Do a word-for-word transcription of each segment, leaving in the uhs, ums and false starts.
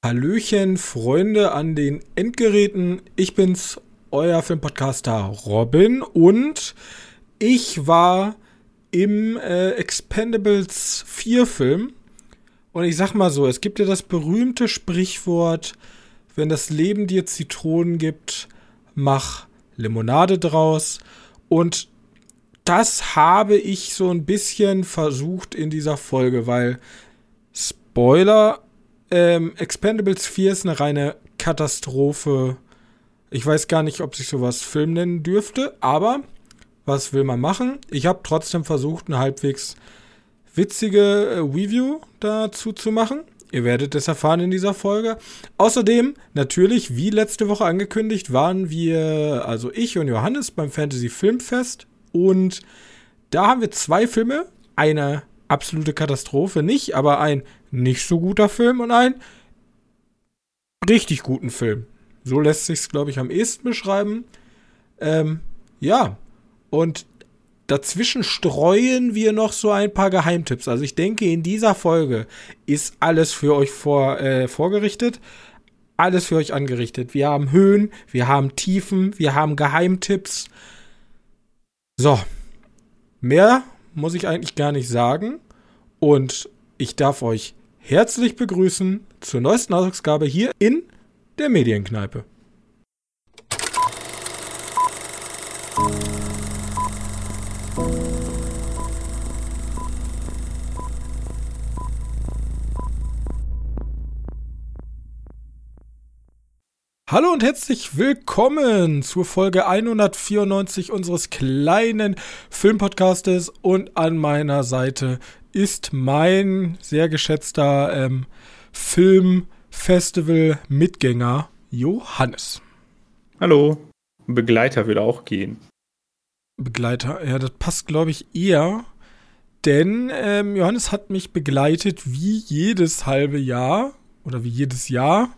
Hallöchen, Freunde an den Endgeräten. Ich bin's, euer Filmpodcaster Robin und ich war im äh, Expendables vier Film und ich sag mal so, es gibt ja das berühmte Sprichwort, wenn das Leben dir Zitronen gibt, mach Limonade draus, und das habe ich so ein bisschen versucht in dieser Folge, weil Spoiler, ähm, Expendables vier ist eine reine Katastrophe. Ich weiß gar nicht, ob sich sowas Film nennen dürfte, aber was will man machen? Ich habe trotzdem versucht, eine halbwegs witzige äh, Review dazu zu machen. Ihr werdet es erfahren in dieser Folge. Außerdem, natürlich, wie letzte Woche angekündigt, waren wir, also ich und Johannes, beim Fantasy Filmfest. Und da haben wir zwei Filme. Eine absolute Katastrophe nicht, aber ein nicht so guter Film und ein richtig guten Film. So lässt sich's, glaube ich, am ehesten beschreiben. Ähm, ja. Und dazwischen streuen wir noch so ein paar Geheimtipps. Also ich denke, in dieser Folge ist alles für euch vor, äh, vorgerichtet. Alles für euch angerichtet. Wir haben Höhen, wir haben Tiefen, wir haben Geheimtipps. So. Mehr muss ich eigentlich gar nicht sagen. Und ich darf euch herzlich begrüßen zur neuesten Ausgabe hier in der Medienkneipe. Hallo und herzlich willkommen zur Folge hundertvierundneunzig unseres kleinen Filmpodcastes, und an meiner Seite ist mein sehr geschätzter ähm, Filmfestival-Mitgänger Johannes. Hallo. Begleiter würde auch gehen. Begleiter, ja, das passt, glaube ich, eher, denn ähm, Johannes hat mich begleitet wie jedes halbe Jahr oder wie jedes Jahr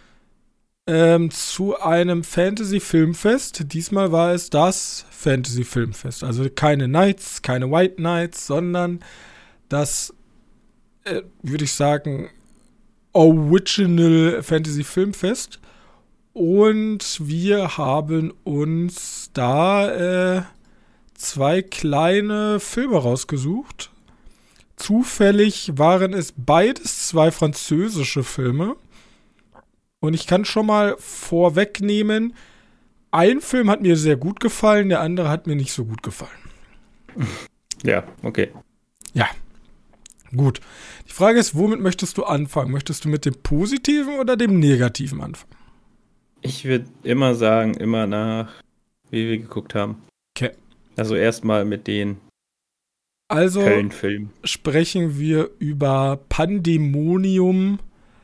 Ähm, zu einem Fantasy-Filmfest. Diesmal war es das Fantasy-Filmfest. Also keine Nights, keine White Nights, sondern das, äh, würde ich sagen, Original Fantasy-Filmfest. Und wir haben uns da äh, zwei kleine Filme rausgesucht. Zufällig waren es beides zwei französische Filme. Und ich kann schon mal vorwegnehmen, ein Film hat mir sehr gut gefallen, der andere hat mir nicht so gut gefallen. Ja, okay. Ja, gut. Die Frage ist, womit möchtest du anfangen? Möchtest du mit dem Positiven oder dem Negativen anfangen? Ich würde immer sagen, immer nach, wie wir geguckt haben. Okay. Also erstmal mit den Also Köln-Filmen. Sprechen wir über Pandemonium.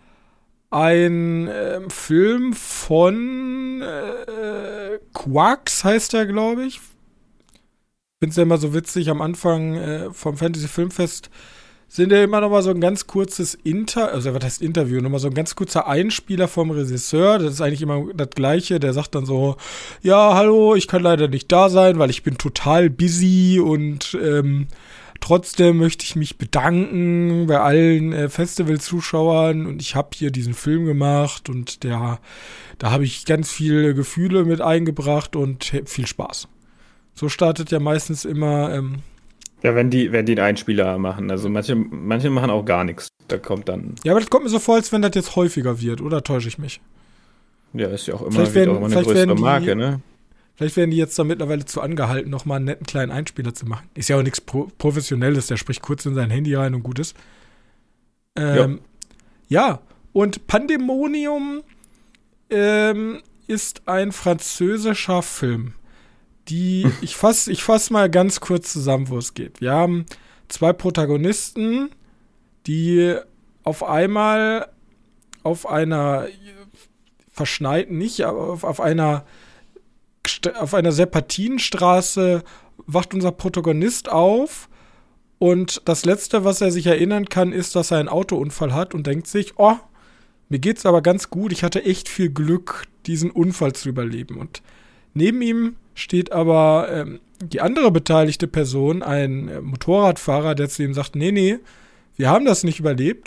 Ein ähm, Film von äh, Quax heißt er, glaube ich. Ich finde es ja immer so witzig, am Anfang äh, vom Fantasy Filmfest sind ja immer noch mal so ein ganz kurzes Inter, also was heißt Interview, noch mal so ein ganz kurzer Einspieler vom Regisseur. Das ist eigentlich immer das Gleiche. Der sagt dann so, ja, hallo, ich kann leider nicht da sein, weil ich bin total busy und ähm, trotzdem möchte ich mich bedanken bei allen äh, Festivalzuschauern, und ich habe hier diesen Film gemacht und der, da habe ich ganz viele Gefühle mit eingebracht und viel Spaß. So startet ja meistens immer. Ähm, ja, wenn die, wenn die einen Einspieler machen. Also manche, manche machen auch gar nichts. Da kommt dann. Ja, aber das kommt mir so vor, als wenn das jetzt häufiger wird, oder täusche ich mich? Ja, ist ja auch immer, vielleicht wird werden, auch immer eine vielleicht größere werden die, Marke, ne? Vielleicht werden die jetzt da mittlerweile zu angehalten, nochmal einen netten kleinen Einspieler zu machen. Ist ja auch nichts Pro- Professionelles, der spricht kurz in sein Handy rein und gut ist. Ähm, ja. ja, und Pandemonium ähm, ist ein französischer Film. Die, ich fasse ich fass mal ganz kurz zusammen, wo es geht. Wir haben zwei Protagonisten, die auf einmal auf einer verschneiten, nicht, aber auf, auf einer auf einer Serpentinenstraße wacht unser Protagonist auf, und das Letzte, was er sich erinnern kann, ist, dass er einen Autounfall hat, und denkt sich, oh, mir geht's aber ganz gut, ich hatte echt viel Glück, diesen Unfall zu überleben. Und neben ihm steht aber ähm, die andere beteiligte Person, ein äh, Motorradfahrer, der zu ihm sagt, nee, nee, wir haben das nicht überlebt,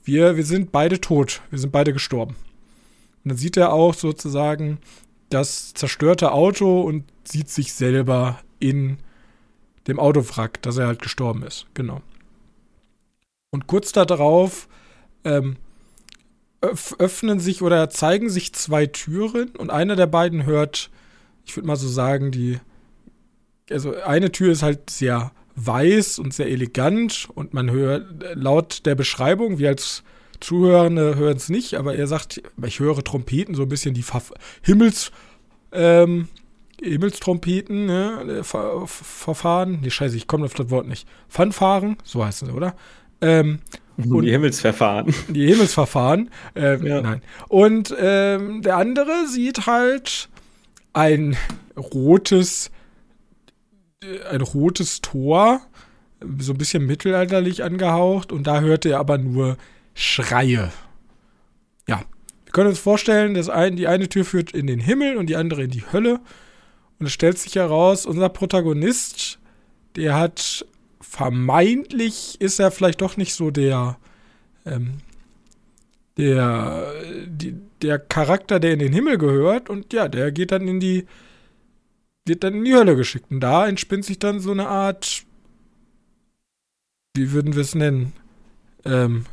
wir, wir sind beide tot, wir sind beide gestorben. Und dann sieht er auch sozusagen das zerstörte Auto und sieht sich selber in dem Autowrack, dass er halt gestorben ist. Genau. Und kurz darauf ähm, öff- öffnen sich oder zeigen sich zwei Türen und eine der beiden hört, ich würde mal so sagen, die, also eine Tür ist halt sehr weiß und sehr elegant und man hört laut der Beschreibung, wir als Zuhörende hören es nicht, aber er sagt, ich höre Trompeten, so ein bisschen die Ver- Himmels, ähm, Himmelstrompeten, ne, Ver- Verfahren, nee, scheiße, ich komme auf das Wort nicht. Fanfaren, so heißen sie, oder? Ähm, und die Himmelsverfahren. Die Himmelsverfahren, ähm, Ja. nein. Und ähm, der andere sieht halt ein rotes, äh, ein rotes Tor, so ein bisschen mittelalterlich angehaucht und da hört er aber nur Schreie. Ja, wir können uns vorstellen, dass ein, die eine Tür führt in den Himmel und die andere in die Hölle. Und es stellt sich heraus, unser Protagonist, der hat vermeintlich, ist er vielleicht doch nicht so der, ähm, der, die, der Charakter, der in den Himmel gehört. Und ja, der geht dann in die, wird dann in die Hölle geschickt. Und da entspinnt sich dann so eine Art, wie würden wir es nennen? Ähm,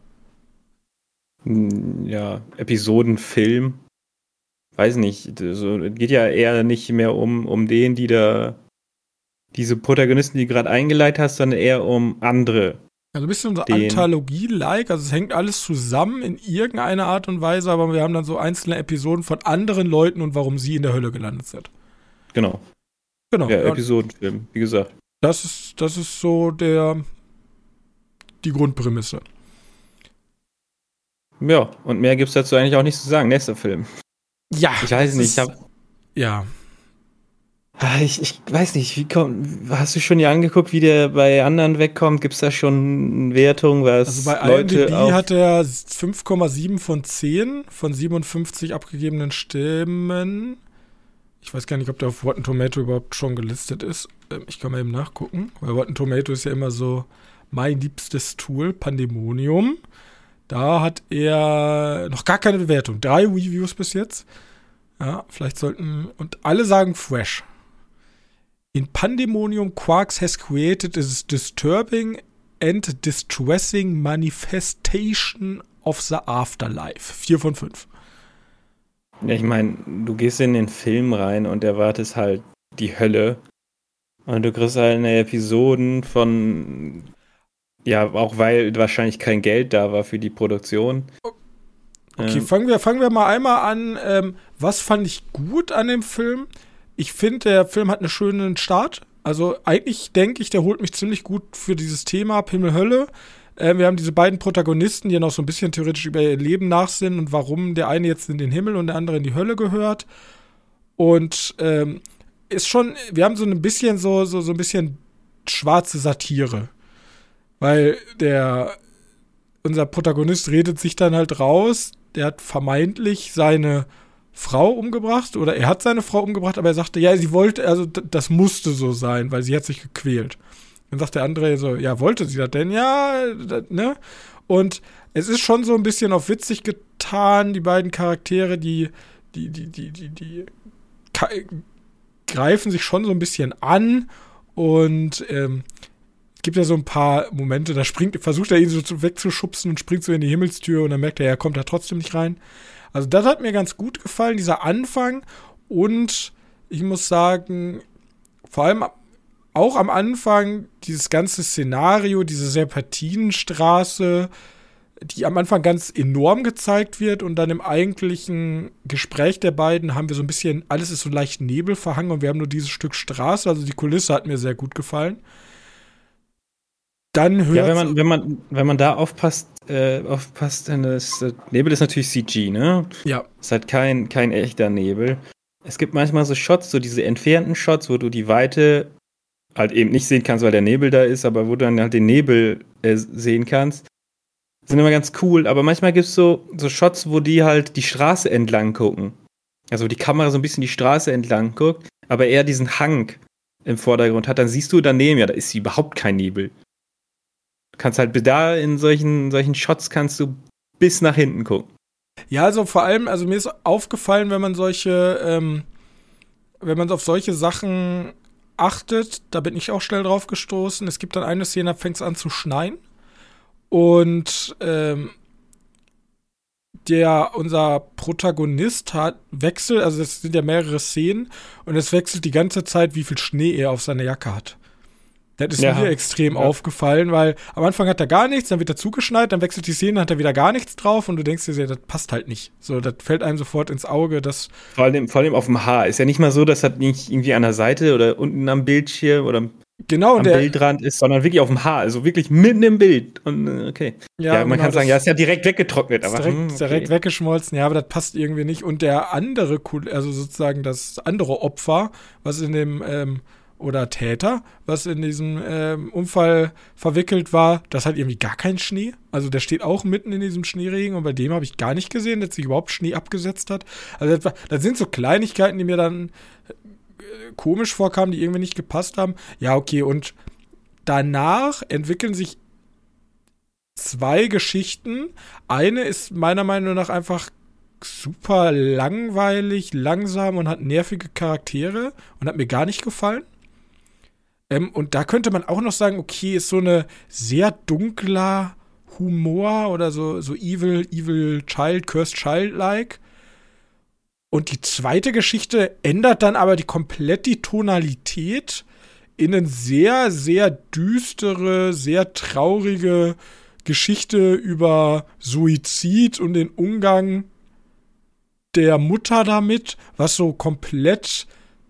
Ja, Episodenfilm. Weiß nicht. So, es geht ja eher nicht mehr um, um den, die da, diese Protagonisten, die du gerade eingeleitet hast, sondern eher um andere. Also ein bisschen so Den- Anthologie-like, also es hängt alles zusammen in irgendeiner Art und Weise, aber wir haben dann so einzelne Episoden von anderen Leuten und warum sie in der Hölle gelandet sind. Genau. Genau. Ja, Ja, Episodenfilm, wie gesagt. das ist, das ist so der die Grundprämisse. Ja, und mehr gibt's dazu eigentlich auch nicht zu sagen. Nächster Film. Ja. Ich weiß das nicht, ist- ich hab, Ja. Ah, Ich, ich weiß nicht, wie kommt, hast du schon dir angeguckt, wie der bei anderen wegkommt? Gibt's da schon Wertung, was Also bei Leute IMDb auf, hat er fünf Komma sieben von zehn von siebenundfünfzig abgegebenen Stimmen. Ich weiß gar nicht, ob der auf Rotten Tomato überhaupt schon gelistet ist. Ähm, Ich kann mal eben nachgucken, weil Rotten Tomato ist ja immer so mein liebstes Tool, Pandemonium. Da hat er noch gar keine Bewertung. Drei Reviews bis jetzt. Ja, vielleicht sollten. Und alle sagen fresh. In Pandemonium, Quarks has created a disturbing and distressing manifestation of the afterlife. Vier von fünf. ja, ich meine, du gehst in den Film rein und erwartest halt die Hölle. Und du kriegst halt eine Episoden von, ja, auch weil wahrscheinlich kein Geld da war für die Produktion. Okay, Ähm, fangen wir, fangen wir mal einmal an. Ähm, was fand ich gut an dem Film? Ich finde, der Film hat einen schönen Start. Also eigentlich denke ich, der holt mich ziemlich gut für dieses Thema Himmel, Hölle. Äh, wir haben diese beiden Protagonisten, die ja noch so ein bisschen theoretisch über ihr Leben nachsinnen und warum der eine jetzt in den Himmel und der andere in die Hölle gehört. Und ähm, ist schon, wir haben so ein bisschen so, so, so ein bisschen schwarze Satire. Weil der, unser Protagonist redet sich dann halt raus, der hat vermeintlich seine Frau umgebracht oder er hat seine Frau umgebracht, aber er sagte, ja, sie wollte, also d- das musste so sein, weil sie hat sich gequält. Dann sagt der andere so, ja, wollte sie das denn? Ja, das, ne? Und es ist schon so ein bisschen auf witzig getan, die beiden Charaktere, die, die, die, die, die, die ka- greifen sich schon so ein bisschen an und ähm, es gibt ja so ein paar Momente, da springt, versucht er ihn so zu- wegzuschubsen und springt so in die Himmelstür und dann merkt er, er kommt da trotzdem nicht rein. Also das hat mir ganz gut gefallen, dieser Anfang. Und ich muss sagen, vor allem auch am Anfang dieses ganze Szenario, diese Serpentinenstraße, die am Anfang ganz enorm gezeigt wird und dann im eigentlichen Gespräch der beiden haben wir so ein bisschen, alles ist so leicht nebelverhangen und wir haben nur dieses Stück Straße, also die Kulisse hat mir sehr gut gefallen. Dann hört ja, wenn man, wenn man, wenn man da aufpasst, äh, aufpasst, dann ist äh, Nebel ist natürlich C G, ne? ja, Ist halt kein, kein echter Nebel. Es gibt manchmal so Shots, so diese entfernten Shots, wo du die Weite halt eben nicht sehen kannst, weil der Nebel da ist, aber wo du dann halt den Nebel äh, sehen kannst. Sind immer ganz cool, aber manchmal gibt es so, so Shots, wo die halt die Straße entlang gucken. Also wo die Kamera so ein bisschen die Straße entlang guckt, aber eher diesen Hang im Vordergrund hat. Dann siehst du daneben, ja, da ist überhaupt kein Nebel. Du kannst halt da in solchen, solchen Shots kannst du bis nach hinten gucken. Ja, also vor allem, also mir ist aufgefallen, wenn man solche, ähm, wenn man auf solche Sachen achtet, da bin ich auch schnell drauf gestoßen. Es gibt dann eine Szene, da fängt es an zu schneien. Und ähm, der, unser Protagonist hat Wechsel, also es sind ja mehrere Szenen, und es wechselt die ganze Zeit, wie viel Schnee er auf seiner Jacke hat. Das ist ja. mir extrem ja. aufgefallen, weil am Anfang hat er gar nichts, dann wird er zugeschneit, dann wechselt die Szene, dann hat er wieder gar nichts drauf und du denkst dir, das passt halt nicht. So, das fällt einem sofort ins Auge, dass vor allem, vor allem auf dem Haar. Ist ja nicht mal so, dass das nicht irgendwie an der Seite oder unten am Bildschirm oder genau, am der, Bildrand ist, sondern wirklich auf dem Haar, also wirklich mitten im Bild. Und okay. Ja, ja man genau, kann sagen, ja, ist ja direkt weggetrocknet. Ist aber direkt, hm, ist okay. direkt weggeschmolzen, ja, aber das passt irgendwie nicht. Und der andere, also sozusagen das andere Opfer, was in dem ähm, oder Täter, was in diesem ähm, Unfall verwickelt war, das hat irgendwie gar keinen Schnee. Also der steht auch mitten in diesem Schneeregen und bei dem habe ich gar nicht gesehen, dass sich überhaupt Schnee abgesetzt hat. Also das, war, das sind so Kleinigkeiten, die mir dann äh, komisch vorkamen, die irgendwie nicht gepasst haben. Ja, okay, und danach entwickeln sich zwei Geschichten. Eine ist meiner Meinung nach einfach super langweilig, langsam und hat nervige Charaktere und hat mir gar nicht gefallen. Ähm, und da könnte man auch noch sagen, okay, ist so eine sehr dunkler Humor oder so, so evil, evil child, cursed child-like. Und die zweite Geschichte ändert dann aber die komplett die Tonalität in eine sehr, sehr düstere, sehr traurige Geschichte über Suizid und den Umgang der Mutter damit, was so komplett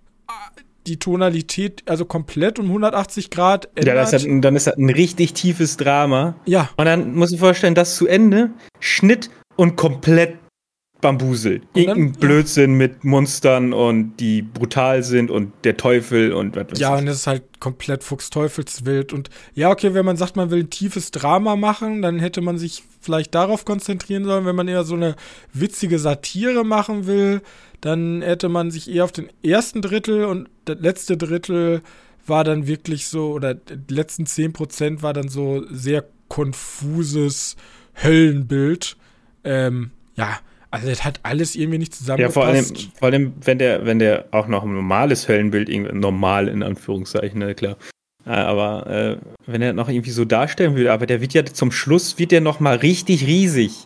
die Tonalität, also komplett um hundertachtzig Grad ändert. Ja, das hat, dann ist das ein richtig tiefes Drama. Ja. Und dann muss ich vorstellen, das zu Ende, Schnitt und komplett Bambusel. Irgendein Blödsinn ja. mit Monstern und die brutal sind und der Teufel und was weiß Ja, ich. und das ist halt komplett Fuchsteufelswild. Und ja, okay, wenn man sagt, man will ein tiefes Drama machen, dann hätte man sich vielleicht darauf konzentrieren sollen. Wenn man eher so eine witzige Satire machen will, dann hätte man sich eher auf den ersten Drittel und das letzte Drittel war dann wirklich so, oder die letzten zehn Prozent war dann so sehr konfuses Höllenbild. Ähm, ja, also das hat alles irgendwie nicht zusammengepasst. Ja, vor allem, vor allem wenn der, wenn der auch noch ein normales Höllenbild, irgendwie normal in Anführungszeichen, ne, klar. Aber äh, wenn er noch irgendwie so darstellen will, aber der wird ja zum Schluss, wird der noch mal richtig riesig.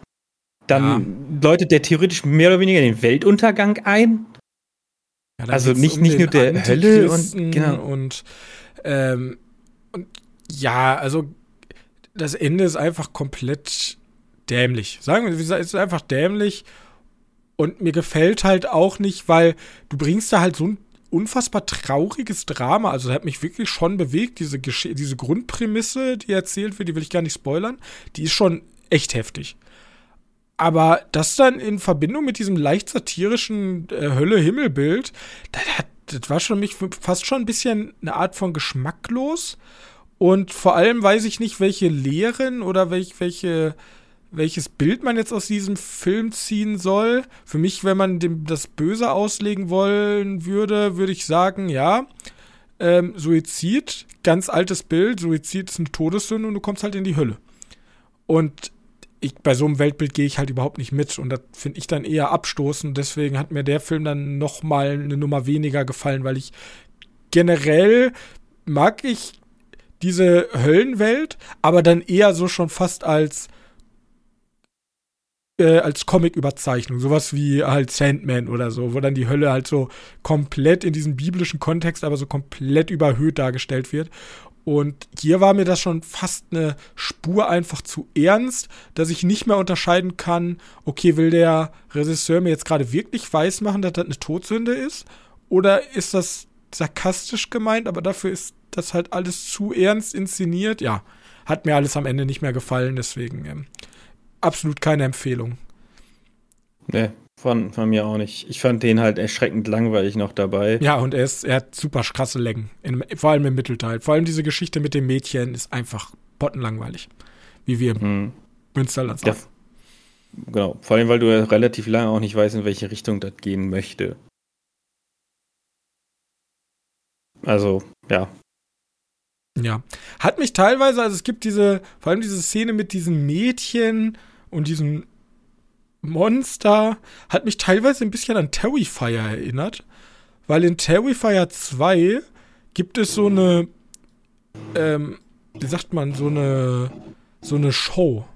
Dann ja. läutet der theoretisch mehr oder weniger den Weltuntergang ein. Ja, also nicht, um nicht nur der Hölle und genau. Und, ähm, und ja, also das Ende ist einfach komplett dämlich. Sagen wir, es ist einfach dämlich. Und mir gefällt halt auch nicht, weil du bringst da halt so ein unfassbar trauriges Drama. Also das hat mich wirklich schon bewegt. Diese, Gesch- diese Grundprämisse, die erzählt wird, die will ich gar nicht spoilern, die ist schon echt heftig. Aber das dann in Verbindung mit diesem leicht satirischen äh, Hölle-Himmel-Bild, das, hat, das war schon mich fast schon ein bisschen eine Art von geschmacklos. Und vor allem weiß ich nicht, welche Lehren oder welch, welche, welches Bild man jetzt aus diesem Film ziehen soll. Für mich, wenn man dem das Böse auslegen wollen würde, würde ich sagen, ja, ähm, Suizid, ganz altes Bild, Suizid ist eine Todessünde und du kommst halt in die Hölle. Und Ich, bei so einem Weltbild gehe ich halt überhaupt nicht mit und das finde ich dann eher abstoßend. Deswegen hat mir der Film dann noch mal eine Nummer weniger gefallen, weil ich generell mag ich diese Höllenwelt, aber dann eher so schon fast als äh, als Comic-Überzeichnung. Sowas wie halt Sandman oder so, wo dann die Hölle halt so komplett in diesem biblischen Kontext, aber so komplett überhöht dargestellt wird. Und hier war mir das schon fast eine Spur einfach zu ernst, dass ich nicht mehr unterscheiden kann, okay, will der Regisseur mir jetzt gerade wirklich weismachen, dass das eine Todsünde ist? Oder ist das sarkastisch gemeint, aber dafür ist das halt alles zu ernst inszeniert? Ja, hat mir alles am Ende nicht mehr gefallen, deswegen ähm, absolut keine Empfehlung. Nee, von, von mir auch nicht. Ich fand den halt erschreckend langweilig noch dabei. Ja, und er, ist, er hat super krasse Längen, in, vor allem im Mittelteil. Vor allem diese Geschichte mit dem Mädchen ist einfach pottenlangweilig, wie wir im hm. Münsterland sagen. Ja, genau, vor allem, weil du ja relativ lange auch nicht weißt, in welche Richtung das gehen möchte. Also, ja. Ja. Hat mich teilweise, also es gibt diese, vor allem diese Szene mit diesem Mädchen und diesem Monster, hat mich teilweise ein bisschen an Terrifier erinnert. Weil in Terrifier zwei gibt es so eine, ähm, wie sagt man, so eine, so eine Show.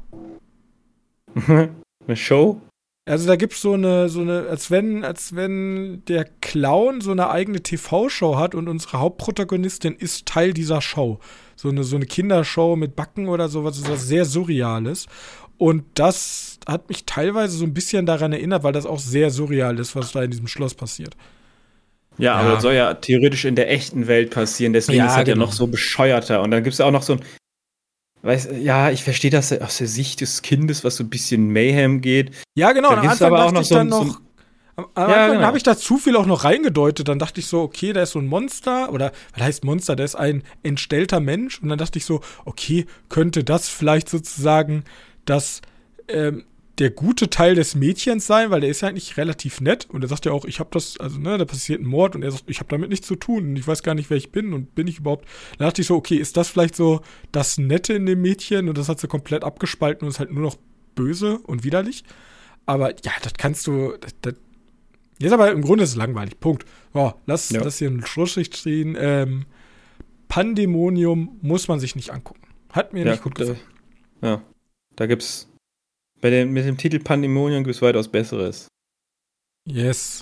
Eine Show? Also da gibt's so eine, so eine, als wenn, als wenn der Clown so eine eigene T V-Show hat und unsere Hauptprotagonistin ist Teil dieser Show. So eine, so eine Kindershow mit Backen oder sowas, was sehr Surreales. Und das hat mich teilweise so ein bisschen daran erinnert, weil das auch sehr surreal ist, was da in diesem Schloss passiert. Ja, aber Ja. das soll ja theoretisch in der echten Welt passieren, deswegen Ja, ist das genau. ja noch so bescheuerter. Und dann gibt es auch noch so ein, weiß, ja, ich verstehe das aus der Sicht des Kindes, was so ein bisschen Mayhem geht. Ja, genau. Da Am gibt's Anfang aber auch dachte noch ich so dann ein- so ein- noch, am am Ja, Anfang genau. habe ich da zu viel auch noch reingedeutet. Dann dachte ich so, okay, da ist so ein Monster, oder was heißt Monster? Der ist ein entstellter Mensch. Und dann dachte ich so, okay, könnte das vielleicht sozusagen das, ähm, der gute Teil des Mädchens sein, weil der ist ja eigentlich relativ nett. Und er sagt ja auch, ich habe das, also ne, da passiert ein Mord und er sagt, ich habe damit nichts zu tun und ich weiß gar nicht, wer ich bin und bin ich überhaupt. Dann dachte ich so, okay, ist das vielleicht so das Nette in dem Mädchen und das hat sie komplett abgespalten und ist halt nur noch böse und widerlich. Aber ja, das kannst du, das, das jetzt aber im Grunde ist es langweilig. Punkt. So, lass, Ja. lass hier einen Schlussstrich ziehen. Ähm, Pandemonium muss man sich nicht angucken. Hat mir Ja, nicht gut gut, gefallen. äh, ja, da gibt's bei dem, mit dem Titel Pandemonium gibt's weitaus Besseres. Yes.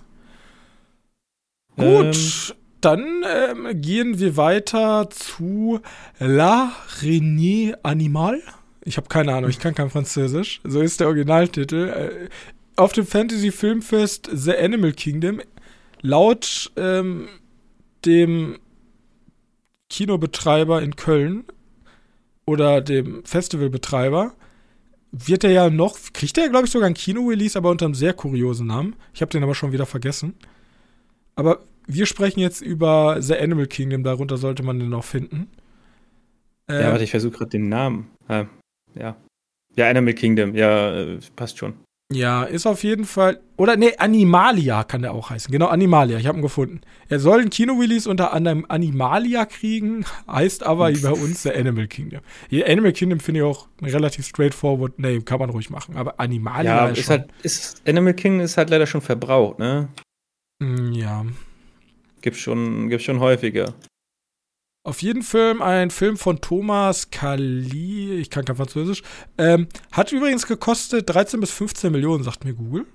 Gut, Ähm, dann ähm, gehen wir weiter zu La Reine Animal. Ich habe keine Ahnung, ich kann kein Französisch. So ist der Originaltitel. Äh, auf dem Fantasy-Filmfest The Animal Kingdom, laut ähm, dem Kinobetreiber in Köln oder dem Festivalbetreiber, wird er ja noch, kriegt er, glaube ich, sogar ein Kino-Release, aber unter einem sehr kuriosen Namen. Ich habe den aber schon wieder vergessen. Aber wir sprechen jetzt über The Animal Kingdom, darunter sollte man den auch finden. Äh, ja, warte, ich versuche gerade den Namen. Ah, ja. Ja, Animal Kingdom, ja, äh, passt schon. Ja, ist auf jeden Fall, oder nee, Animalia kann der auch heißen. Genau, Animalia, ich habe ihn gefunden. Er soll ein Kino-Release unter anderem Animalia kriegen, heißt aber bei uns The Animal Kingdom. Die Animal Kingdom finde ich auch ein relativ straightforward Name, kann man ruhig machen, aber Animalia Ja, ist ist schon, halt, ist, Animal Kingdom ist halt leider schon verbraucht, ne? Mm, ja. Gibt's schon, gibt's schon häufiger. Auf jeden Film ein Film von Thomas Kali, ich kann kein Französisch, ähm, hat übrigens gekostet dreizehn bis fünfzehn Millionen, sagt mir Google.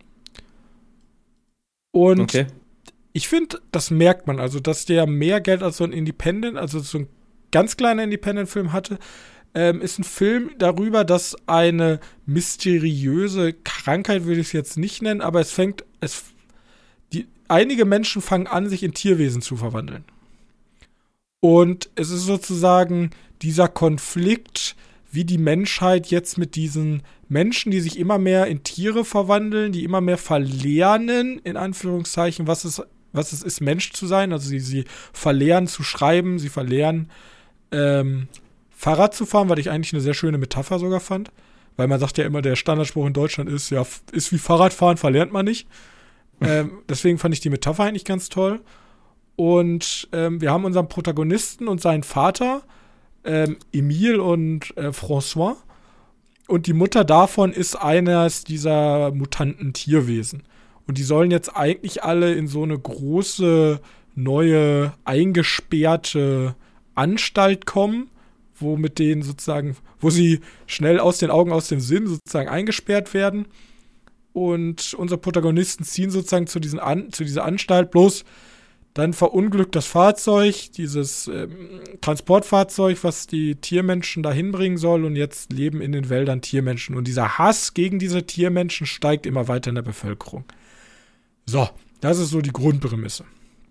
Und Okay. ich finde, das merkt man, also dass der mehr Geld als so ein Independent, also so ein ganz kleiner Independent-Film hatte, ähm, ist ein Film darüber, dass eine mysteriöse Krankheit, würde ich es jetzt nicht nennen, aber es fängt, es, die, einige Menschen fangen an, sich in Tierwesen zu verwandeln. Und es ist sozusagen dieser Konflikt, wie die Menschheit jetzt mit diesen Menschen, die sich immer mehr in Tiere verwandeln, die immer mehr verlernen, in Anführungszeichen, was es, was es ist, Mensch zu sein. Also sie, sie verlernen zu schreiben, sie verlernen ähm, Fahrrad zu fahren, was ich eigentlich eine sehr schöne Metapher sogar fand. Weil man sagt ja immer, der Standardspruch in Deutschland ist, ja, ist wie Fahrradfahren, verlernt man nicht. ähm, deswegen fand ich die Metapher eigentlich ganz toll. Und ähm, wir haben unseren Protagonisten und seinen Vater, ähm, Emile und äh, François. Und die Mutter davon ist eines dieser mutanten Tierwesen. Und die sollen jetzt eigentlich alle in so eine große, neue, eingesperrte Anstalt kommen, wo mit denen sozusagen, wo sie schnell aus den Augen, aus dem Sinn sozusagen eingesperrt werden. Und unsere Protagonisten ziehen sozusagen zu, diesen An- zu dieser Anstalt, bloß dann verunglückt das Fahrzeug, dieses ähm, Transportfahrzeug, was die Tiermenschen dahin bringen soll, und jetzt leben in den Wäldern Tiermenschen. Und dieser Hass gegen diese Tiermenschen steigt immer weiter in der Bevölkerung. So, das ist so die Grundprämisse.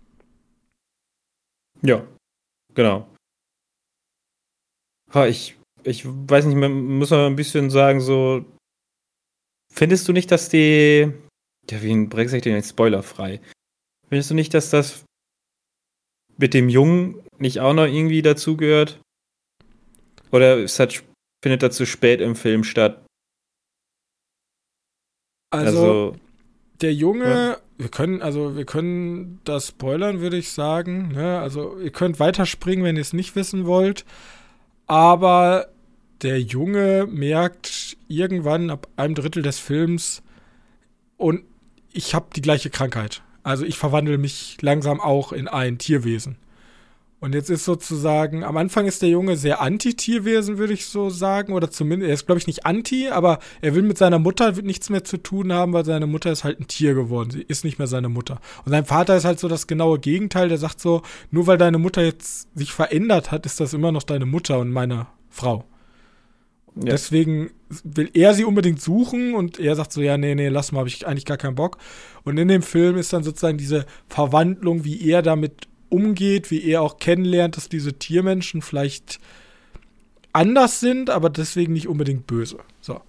Ja, genau. Ha, ich, ich weiß nicht, man muss aber ein bisschen sagen, so, findest du nicht, dass die, ja, wie ein Brexit denn jetzt spoilerfrei, findest du nicht, dass das mit dem Jungen nicht auch noch irgendwie dazugehört? Oder es hat, findet das zu spät im Film statt? Also, Also, der Junge ja. wir können, also wir können das spoilern, würde ich sagen. Ne? Also ihr könnt weiterspringen, wenn ihr es nicht wissen wollt. Aber der Junge merkt irgendwann ab einem Drittel des Films, und ich habe die gleiche Krankheit. Also ich verwandle mich langsam auch in ein Tierwesen. Und jetzt ist sozusagen, am Anfang ist der Junge sehr anti-Tierwesen, würde ich so sagen. Oder zumindest, er ist, glaube ich, nicht anti, aber er will mit seiner Mutter nichts mehr zu tun haben, weil seine Mutter ist halt ein Tier geworden. Sie ist nicht mehr seine Mutter. Und sein Vater ist halt so das genaue Gegenteil. Der sagt so, nur weil deine Mutter jetzt sich verändert hat, ist das immer noch deine Mutter und meine Frau. Ja. Deswegen will er sie unbedingt suchen und er sagt so, ja, nee, nee, lass mal, habe ich eigentlich gar keinen Bock. Und in dem Film ist dann sozusagen diese Verwandlung, wie er damit umgeht, wie er auch kennenlernt, dass diese Tiermenschen vielleicht anders sind, aber deswegen nicht unbedingt böse. So.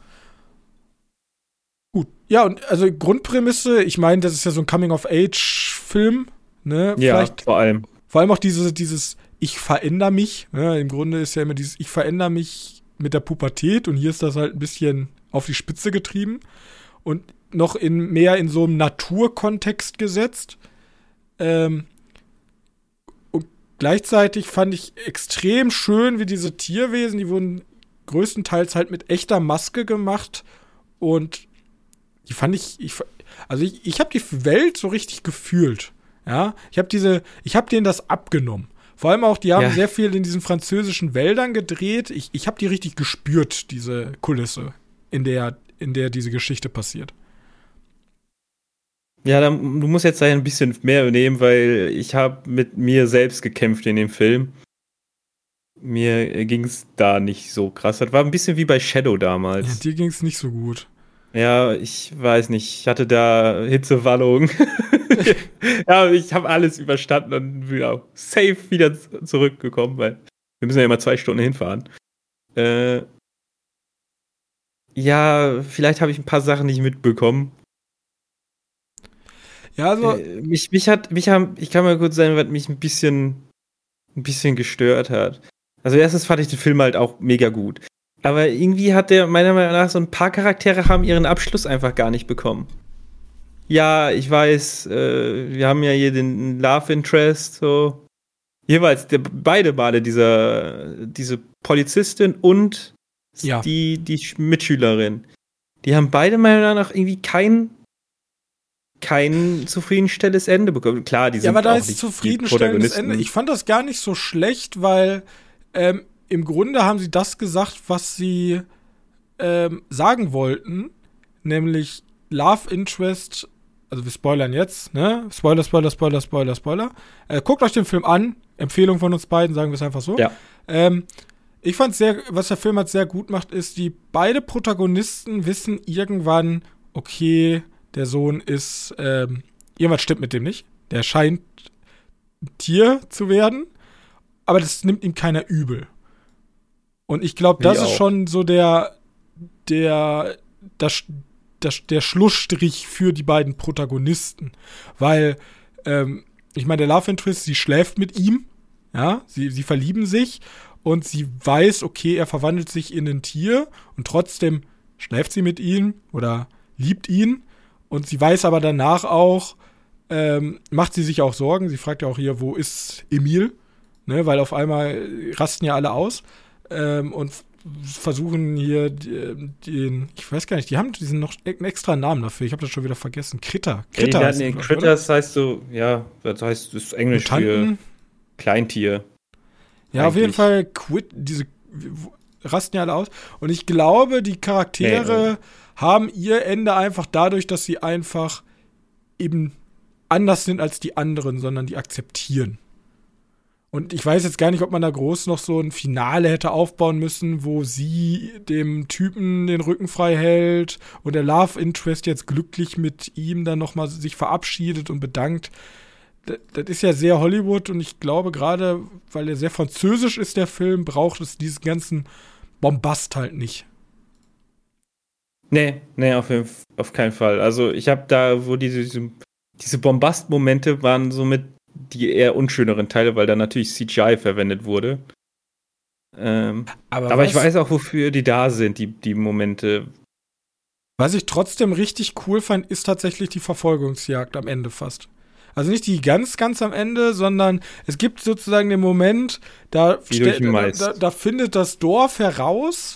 Gut. Ja, und also Grundprämisse, ich meine, das ist ja so ein Coming-of-Age-Film, ne? Ja, vielleicht, vor allem. Vor allem auch diese, dieses Ich verändere mich, ne? Im Grunde ist ja immer dieses Ich verändere mich mit der Pubertät und hier ist das halt ein bisschen auf die Spitze getrieben und noch in mehr in so einem Naturkontext gesetzt. Ähm, Gleichzeitig fand ich extrem schön, wie diese Tierwesen, die wurden größtenteils halt mit echter Maske gemacht und die fand ich, ich also ich, ich habe die Welt so richtig gefühlt, ja, ich habe diese, ich habe denen das abgenommen, vor allem auch, die haben ja sehr viel in diesen französischen Wäldern gedreht, ich, ich habe die richtig gespürt, diese Kulisse, in der, in der diese Geschichte passiert. Ja, dann, du musst jetzt ein bisschen mehr übernehmen, weil ich habe mit mir selbst gekämpft in dem Film. Mir ging es da nicht so krass. Das war ein bisschen wie bei Shadow damals. Ja, dir ging es nicht so gut. Ja, ich weiß nicht. Ich hatte da Hitzewallung. Ja, ich habe alles überstanden und wieder safe wieder zurückgekommen, weil wir müssen ja immer zwei Stunden hinfahren. Äh, ja, vielleicht habe ich ein paar Sachen nicht mitbekommen. Ja, also äh, mich, mich hat, mich haben, ich kann mal kurz sagen, was mich ein bisschen, ein bisschen gestört hat. Also erstens fand ich den Film halt auch mega gut. Aber irgendwie hat der meiner Meinung nach so ein paar Charaktere haben ihren Abschluss einfach gar nicht bekommen. Ja, ich weiß, äh, wir haben ja hier den Love Interest, so. Jeweils, der, beide Male, dieser, diese Polizistin und ja. die, die Mitschülerin. Die haben beide meiner Meinung nach irgendwie kein kein zufriedenstellendes Ende bekommen. Klar, die sind ja, aber da auch ist nicht zufriedenstellendes Ende. Ich fand das gar nicht so schlecht, weil ähm, im Grunde haben sie das gesagt, was sie ähm, sagen wollten, nämlich Love Interest, also wir spoilern jetzt, ne? Spoiler, Spoiler, Spoiler, Spoiler, Spoiler. Äh, guckt euch den Film an. Empfehlung von uns beiden, sagen wir es einfach so. Ja. Ähm, ich fand sehr, was der Film halt sehr gut macht, ist, die beide Protagonisten wissen irgendwann, okay, der Sohn ist, ähm, irgendwas stimmt mit dem nicht. Der scheint ein Tier zu werden, aber das nimmt ihm keiner übel. Und ich glaube, das Wie ist auch. schon so der, der, das, das, der Schlussstrich für die beiden Protagonisten. Weil, ähm, ich meine, der Love Interest, sie schläft mit ihm, ja, sie, sie verlieben sich und sie weiß, okay, er verwandelt sich in ein Tier und trotzdem schläft sie mit ihm oder liebt ihn. Und sie weiß aber danach auch, ähm, macht sie sich auch Sorgen. Sie fragt ja auch hier, wo ist Emil? Ne, weil auf einmal rasten ja alle aus ähm, und f- versuchen hier den, den, ich weiß gar nicht, die haben diesen noch einen extra Namen dafür. Ich habe das schon wieder vergessen. Critter. Critter ja, heißt nee, das, Critters heißt so, ja, das heißt, das ist Englisch Mutanten. für Kleintier. Ja, auf jeden eigentlich. Fall quit, diese rasten ja alle aus. Und ich glaube, die Charaktere Ja. haben ihr Ende einfach dadurch, dass sie einfach eben anders sind als die anderen, sondern die akzeptieren. Und ich weiß jetzt gar nicht, ob man da groß noch so ein Finale hätte aufbauen müssen, wo sie dem Typen den Rücken frei hält und der Love Interest jetzt glücklich mit ihm dann nochmal sich verabschiedet und bedankt. Das, das ist ja sehr Hollywood und ich glaube gerade, weil er sehr französisch ist, der Film, braucht es diesen ganzen Bombast halt nicht. Nee, nee, auf, jeden- auf keinen Fall. Also ich habe da, wo diese, diese, diese Bombast-Momente waren somit die eher unschöneren Teile, weil da natürlich C G I verwendet wurde. Ähm, aber was, ich weiß auch, wofür die da sind, die, die Momente. Was ich trotzdem richtig cool fand, ist tatsächlich die Verfolgungsjagd am Ende fast. Also nicht die ganz, ganz am Ende, sondern es gibt sozusagen den Moment, da, ste- da, da, da findet das Dorf heraus,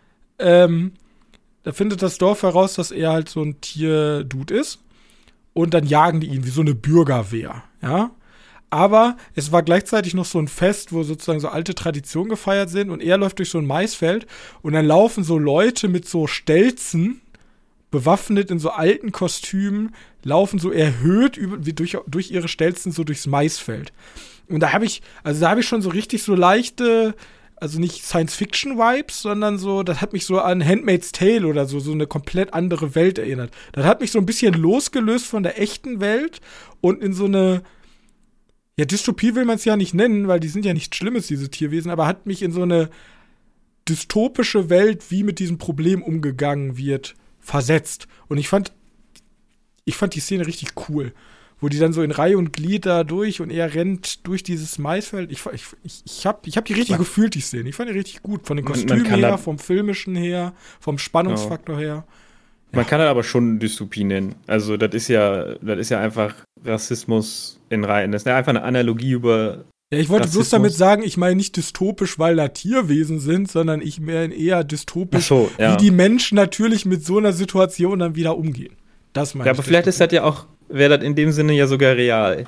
ähm, da findet das Dorf heraus, dass er halt so ein Tier-Dude ist. Und dann jagen die ihn wie so eine Bürgerwehr, ja. Aber es war gleichzeitig noch so ein Fest, wo sozusagen so alte Traditionen gefeiert sind und er läuft durch so ein Maisfeld und dann laufen so Leute mit so Stelzen, bewaffnet in so alten Kostümen, laufen so erhöht über, wie durch, durch ihre Stelzen so durchs Maisfeld. Und da habe ich, also da habe ich schon so richtig so leichte, also nicht Science-Fiction-Vibes, sondern so, das hat mich so an Handmaid's Tale oder so, so eine komplett andere Welt erinnert. Das hat mich so ein bisschen losgelöst von der echten Welt und in so eine, ja, Dystopie will man es ja nicht nennen, weil die sind ja nichts Schlimmes, diese Tierwesen, aber hat mich in so eine dystopische Welt, wie mit diesem Problem umgegangen wird, versetzt. Und ich fand, ich fand die Szene richtig cool, wo die dann so in Reihe und Glied da durch und er rennt durch dieses Maisfeld. Ich, ich, ich, ich habe ich hab die richtig man, gefühlt, die Szene. Ich fand die richtig gut. Von den Kostümen her, vom Filmischen her, vom Spannungsfaktor ja. her. Ja. Man kann das aber schon Dystopie nennen. Also das ist ja, das ist ja einfach Rassismus in Reihen. Das ist ja einfach eine Analogie über Ja, ich wollte Rassismus. bloß damit sagen, ich meine nicht dystopisch, weil da Tierwesen sind, sondern ich meine eher dystopisch, so, ja. wie die Menschen natürlich mit so einer Situation dann wieder umgehen. Das meine ja, ich. Aber vielleicht ist das ja auch, wäre das in dem Sinne ja sogar real.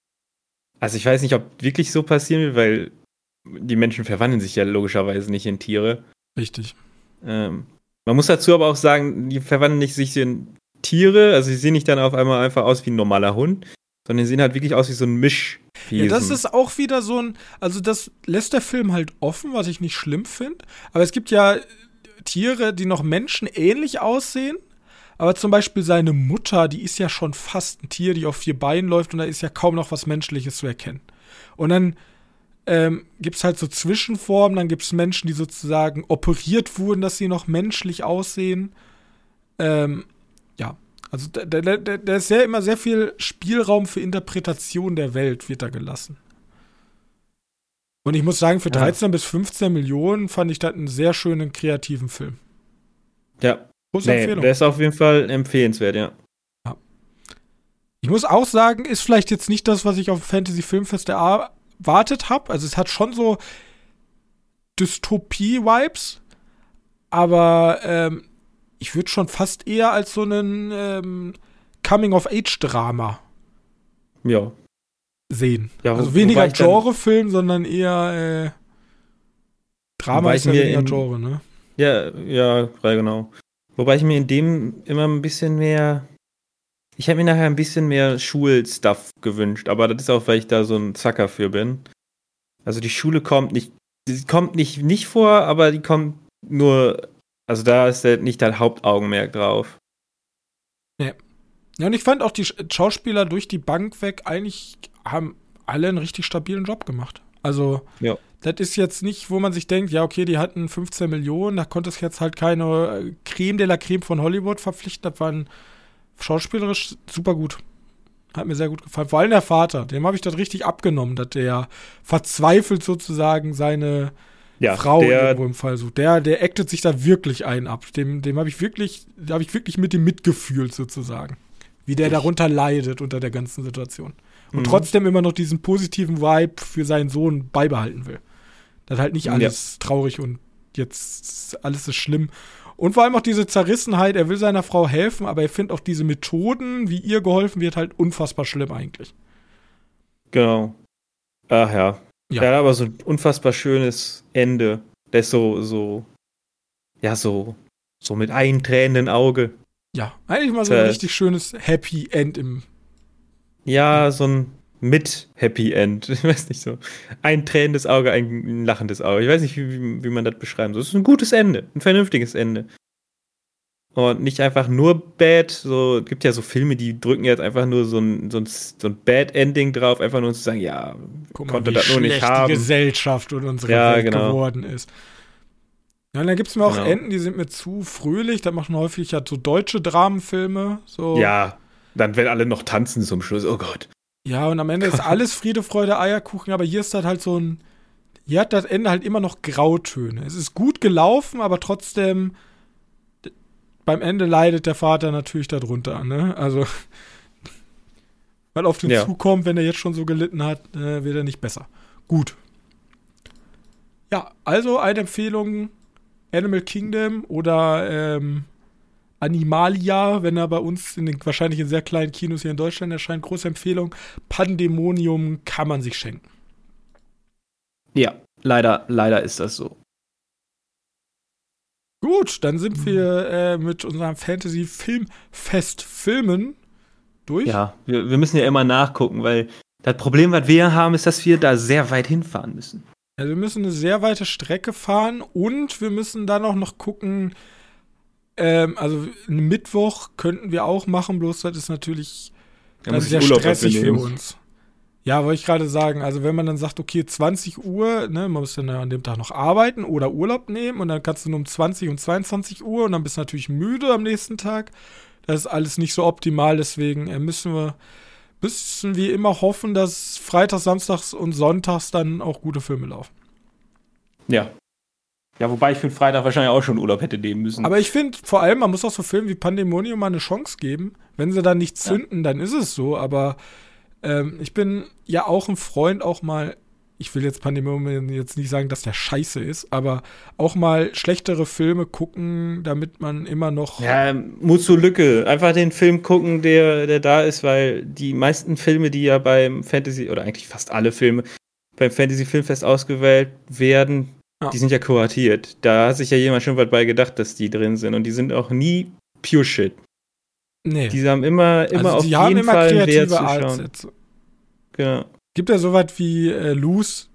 Also ich weiß nicht, ob wirklich so passieren wird, weil die Menschen verwandeln sich ja logischerweise nicht in Tiere. Richtig. Ähm, man muss dazu aber auch sagen, die verwandeln nicht sich in Tiere, also sie sehen nicht dann auf einmal einfach aus wie ein normaler Hund, sondern die sehen halt wirklich aus wie so ein Misch. Ja, das ist auch wieder so ein, also das lässt der Film halt offen, was ich nicht schlimm finde. Aber es gibt ja Tiere, die noch menschenähnlich aussehen. Aber zum Beispiel seine Mutter, die ist ja schon fast ein Tier, die auf vier Beinen läuft und da ist ja kaum noch was Menschliches zu erkennen. Und dann ähm, gibt es halt so Zwischenformen, dann gibt es Menschen, die sozusagen operiert wurden, dass sie noch menschlich aussehen. Ähm, ja. Also da, da, da, da ist ja immer sehr viel Spielraum für Interpretation der Welt, wird da gelassen. Und ich muss sagen, für dreizehn ja. bis fünfzehn Millionen fand ich das einen sehr schönen, kreativen Film. Ja, große nee, Empfehlung. Der ist auf jeden Fall empfehlenswert, ja. ja. Ich muss auch sagen, ist vielleicht jetzt nicht das, was ich auf dem Fantasy-Filmfest erwartet habe. Also es hat schon so Dystopie-Vibes, aber ähm, ich würde schon fast eher als so einen ähm, Coming-of-Age-Drama ja. sehen. Ja, also weniger Genrefilm, sondern eher äh, Drama ist ja weniger in, Genre, ne? Ja, ja, genau. Wobei ich mir in dem immer ein bisschen mehr, ich habe mir nachher ein bisschen mehr Schulstuff gewünscht, aber das ist auch, weil ich da so ein Zacker für bin. Also die Schule kommt nicht, die kommt nicht, nicht vor, aber die kommt nur. Also da ist halt nicht dein Hauptaugenmerk drauf. Ja. Ja, und ich fand auch die Schauspieler durch die Bank weg eigentlich haben alle einen richtig stabilen Job gemacht. Also ja. Das ist jetzt nicht, wo man sich denkt, ja okay, die hatten fünfzehn Millionen, da konnte es jetzt halt keine Creme de la Creme von Hollywood verpflichten. Das waren schauspielerisch super gut. Hat mir sehr gut gefallen. Vor allem der Vater, dem habe ich das richtig abgenommen, dass der verzweifelt sozusagen seine Ja, Frau der, irgendwo im Fall sucht. Der, der actet sich da wirklich einen ab. Dem, dem habe ich wirklich, da habe ich wirklich mit dem mitgefühlt sozusagen. Wie der ich. darunter leidet unter der ganzen Situation. Und mhm. trotzdem immer noch diesen positiven Vibe für seinen Sohn beibehalten will. Das halt nicht alles ja. traurig und jetzt alles ist schlimm. Und vor allem auch diese Zerrissenheit, er will seiner Frau helfen, aber er findet auch diese Methoden, wie ihr geholfen wird, halt unfassbar schlimm eigentlich. Genau. Ach ja. Ja. Der hat aber so ein unfassbar schönes Ende. Der ist so, so, ja, so, so mit eintränenden Auge. Ja, eigentlich mal so ein äh, richtig schönes Happy End im. Ja, so ein mit Happy End. Ich weiß nicht so. Ein tränendes Auge, ein lachendes Auge. Ich weiß nicht, wie, wie man das beschreiben soll. Es ist ein gutes Ende, ein vernünftiges Ende. Und nicht einfach nur bad. So, es gibt ja so Filme, die drücken jetzt einfach nur so ein, so ein, so ein Bad Ending drauf, einfach nur zu sagen, ja, guck mal, konnte das nur nicht haben. Die Gesellschaft und unsere ja, Welt genau. geworden ist. Ja, und dann gibt es mir auch genau. Enden, die sind mir zu fröhlich. Da machen häufig ja so deutsche Dramenfilme. So. Ja, dann werden alle noch tanzen zum Schluss. Oh Gott. Ja, und am Ende ist alles Friede, Freude, Eierkuchen, aber hier ist das halt so ein, hier hat das Ende halt immer noch Grautöne. Es ist gut gelaufen, aber trotzdem beim Ende leidet der Vater natürlich darunter, ne? Also, weil auf den Ja. zukommt, wenn er jetzt schon so gelitten hat, äh, wird er nicht besser. Gut. Ja, also eine Empfehlung, Animal Kingdom oder ähm, Animalia, wenn er bei uns in den wahrscheinlich in sehr kleinen Kinos hier in Deutschland erscheint. Große Empfehlung. Pandemonium kann man sich schenken. Ja, leider, leider ist das so. Gut, dann sind wir äh, mit unserem Fantasy-Filmfest-Filmen durch. Ja, wir, wir müssen ja immer nachgucken, weil das Problem, was wir haben, ist, dass wir da sehr weit hinfahren müssen. Also wir müssen eine sehr weite Strecke fahren und wir müssen dann auch noch gucken, ähm, also einen Mittwoch könnten wir auch machen, bloß das ist natürlich Da dann muss ich sehr Urlaub stressig dafür für nehmen. uns. Ja, wollte ich gerade sagen, also wenn man dann sagt, okay, zwanzig Uhr, ne, man muss dann an dem Tag noch arbeiten oder Urlaub nehmen und dann kannst du nur um zwanzig und zweiundzwanzig Uhr und dann bist du natürlich müde am nächsten Tag. Das ist alles nicht so optimal, deswegen äh, müssen wir müssen wir immer hoffen, dass Freitags, Samstags und Sonntags dann auch gute Filme laufen. Ja. Ja, wobei ich für den Freitag wahrscheinlich auch schon Urlaub hätte nehmen müssen. Aber ich finde, vor allem, man muss auch so Filmen wie Pandemonium mal eine Chance geben. Wenn sie dann nicht zünden, dann ist es so. Aber ähm, ich bin ja auch ein Freund, auch mal, ich will jetzt Pandemonium jetzt nicht sagen, dass der scheiße ist, aber auch mal schlechtere Filme gucken, damit man immer noch. Ja, Mut zur Lücke. Einfach den Film gucken, der, der da ist, weil die meisten Filme, die ja beim Fantasy, oder eigentlich fast alle Filme, beim Fantasy Filmfest ausgewählt werden, Ja. die sind ja kuratiert. Da hat sich ja jemand schon was bei gedacht, dass die drin sind. Und die sind auch nie pure Shit. Nee. Die haben immer, immer also auf die haben jeden immer Fall einen Wert kreative zu schauen. Artsätze. Genau. Gibt ja sowas wie äh, Loose,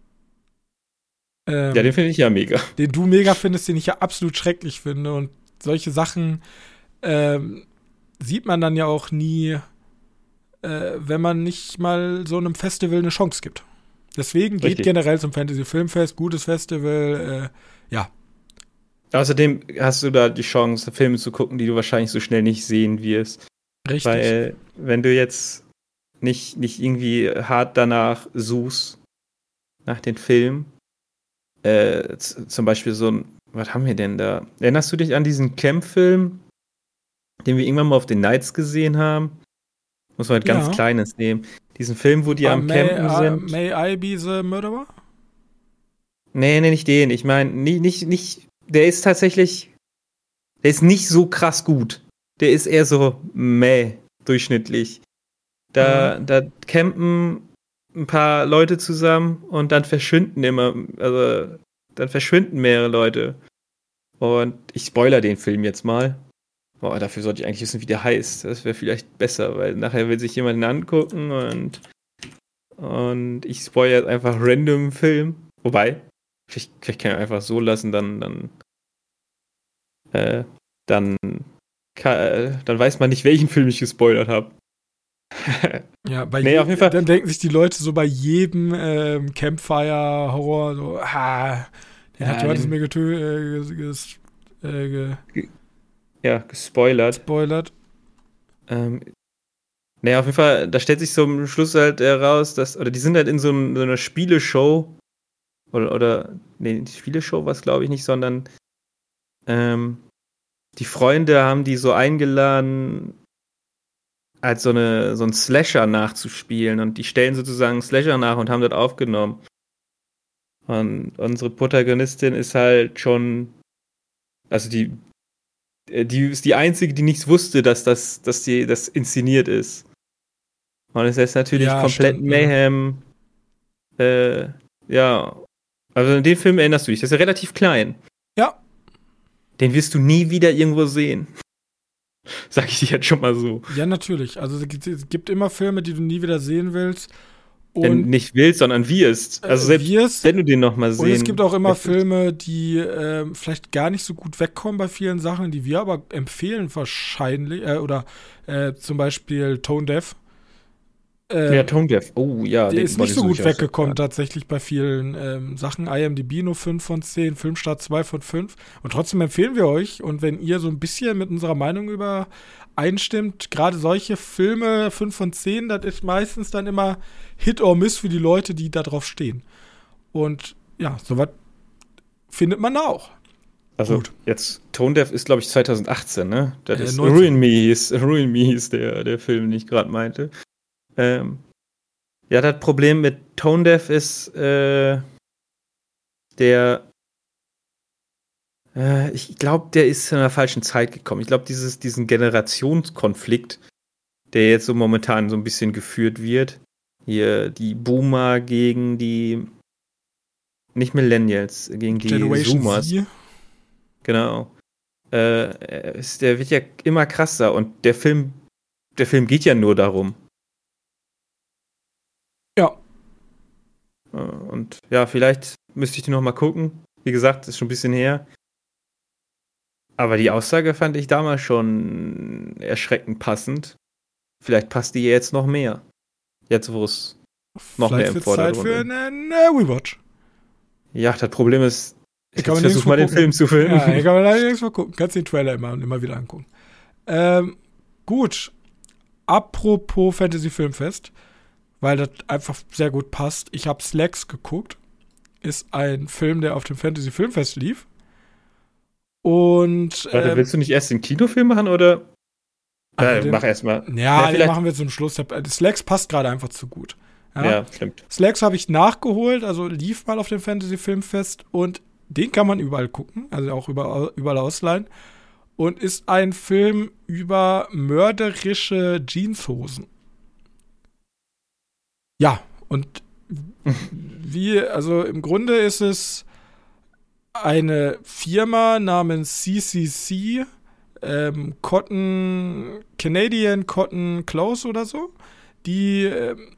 ähm, Ja, den finde ich ja mega. den du mega findest, den ich ja absolut schrecklich finde. Und solche Sachen ähm, sieht man dann ja auch nie, äh, wenn man nicht mal so einem Festival eine Chance gibt. Deswegen geht Richtig. generell zum Fantasy Filmfest, gutes Festival, äh, ja. Außerdem hast du da die Chance, Filme zu gucken, die du wahrscheinlich so schnell nicht sehen wirst. Richtig. Weil, wenn du jetzt nicht, nicht irgendwie hart danach suchst, nach den Filmen, äh, z- zum Beispiel so ein, was haben wir denn da? Erinnerst du dich an diesen Camp-Film, den wir irgendwann mal auf den Nights gesehen haben? Muss man halt ganz Ja. Kleines nehmen. Diesen Film, wo die Ah, am may, Campen uh, sind. may I be the murderer? Nee, nee, nicht den. Ich meine, nicht, nicht, nicht, der ist tatsächlich, der ist nicht so krass gut. Der ist eher so mäh, durchschnittlich. Da, Mhm. da campen ein paar Leute zusammen und dann verschwinden immer, also dann verschwinden mehrere Leute. Und ich spoiler den Film jetzt mal. Boah, dafür sollte ich eigentlich wissen, wie der heißt. Das wäre vielleicht besser, weil nachher will sich jemand ihn angucken und und ich spoilere jetzt einfach random einen Film. Wobei, vielleicht, vielleicht kann ich einfach so lassen, dann dann äh, dann kann, äh, dann weiß man nicht, welchen Film ich gespoilert habe. Ja, bei Nee, je- auf jeden Fall. Dann denken sich die Leute so bei jedem ähm, Campfire-Horror so, ah, der Ja, hat Johannes den- mir getö äh, ges äh, Ja, gespoilert. gespoilert. Ähm, naja, auf jeden Fall, da stellt sich so am Schluss halt heraus, dass, oder die sind halt in so, einem, so einer Spieleshow, oder, oder, nee, die Spieleshow war es glaube ich nicht, sondern ähm, die Freunde haben die so eingeladen, als so, eine, so ein Slasher nachzuspielen und die stellen sozusagen einen Slasher nach und haben das aufgenommen. Und unsere Protagonistin ist halt schon, also die die ist die einzige, die nichts wusste, dass das, dass die, das inszeniert ist. Und es ist natürlich Ja, komplett stimmt, Mayhem. Äh, ja. Also an den Film erinnerst du dich. Das ist ja relativ klein. Ja. Den wirst du nie wieder irgendwo sehen. Sag ich dir jetzt schon mal so. Ja, natürlich. Also es gibt, es gibt immer Filme, die du nie wieder sehen willst. Denn Und nicht willst, sondern wirst. Also äh, selbst wirst, wenn du den noch mal sehen und es gibt auch immer möchtest. Filme, die ähm, vielleicht gar nicht so gut wegkommen bei vielen Sachen, die wir aber empfehlen wahrscheinlich. Äh, oder äh, zum Beispiel Tone Deaf. Ähm, Ja, Tone Deaf. Oh ja. Der den ist wollte nicht ich so gut durchaus weggekommen erfahren. tatsächlich bei vielen ähm, Sachen. IMDb nur fünf von zehn, Filmstart zwei von fünf. Und trotzdem empfehlen wir euch. Und wenn ihr so ein bisschen mit unserer Meinung übereinstimmt, gerade solche Filme fünf von zehn, das ist meistens dann immer Hit or Miss für die Leute, die da drauf stehen. Und ja, sowas findet man da auch. Also Gut. jetzt, Tone Deaf ist, glaube ich, zwanzig achtzehn, ne? Das Äh, ist neunzehn. Ruin Me hieß, Ruin Me hieß der, der Film, den ich gerade meinte. Ähm, ja, das Problem mit Tone Deaf ist, äh, der, äh, ich glaube, der ist in einer falschen Zeit gekommen. Ich glaube, dieses, diesen Generationskonflikt, der jetzt so momentan so ein bisschen geführt wird, hier die Boomer gegen die, nicht Millennials, gegen die Generation Zoomers. Z. Genau. Äh, ist, der wird ja immer krasser und der Film, der Film geht ja nur darum. Ja. Äh, Und ja, vielleicht müsste ich die noch mal gucken. Wie gesagt, ist schon ein bisschen her. Aber die Aussage fand ich damals schon erschreckend passend. Vielleicht passt die jetzt noch mehr. Jetzt, wo es noch Vielleicht mehr im wird's Zeit Vordergrund für ist. einen äh, Rewatch. Ja, das Problem ist, Ich ich kann mir versuche mal den nirgendwo Film zu filmen. Ja, ich kann mir leider nichts mal gucken. Kannst den Trailer immer und immer wieder angucken. Ähm, gut. Apropos Fantasy Filmfest, weil das einfach sehr gut passt. Ich habe Slacks geguckt. Ist ein Film, der auf dem Fantasy Filmfest lief. Und Warte, ähm, willst du nicht erst den Kinofilm machen oder? also Ja, den- mach erst mal. ja, den vielleicht- machen wir zum Schluss. Der- Slacks passt gerade einfach zu gut. Ja? Ja, stimmt. Slacks habe ich nachgeholt, also lief mal auf dem Fantasy Filmfest und den kann man überall gucken, also auch überall, überall ausleihen. Und ist ein Film über mörderische Jeanshosen. Ja, und wie, also im Grunde ist es eine Firma namens C C C, ähm, Cotton, Canadian Cotton Clothes oder so, die ähm,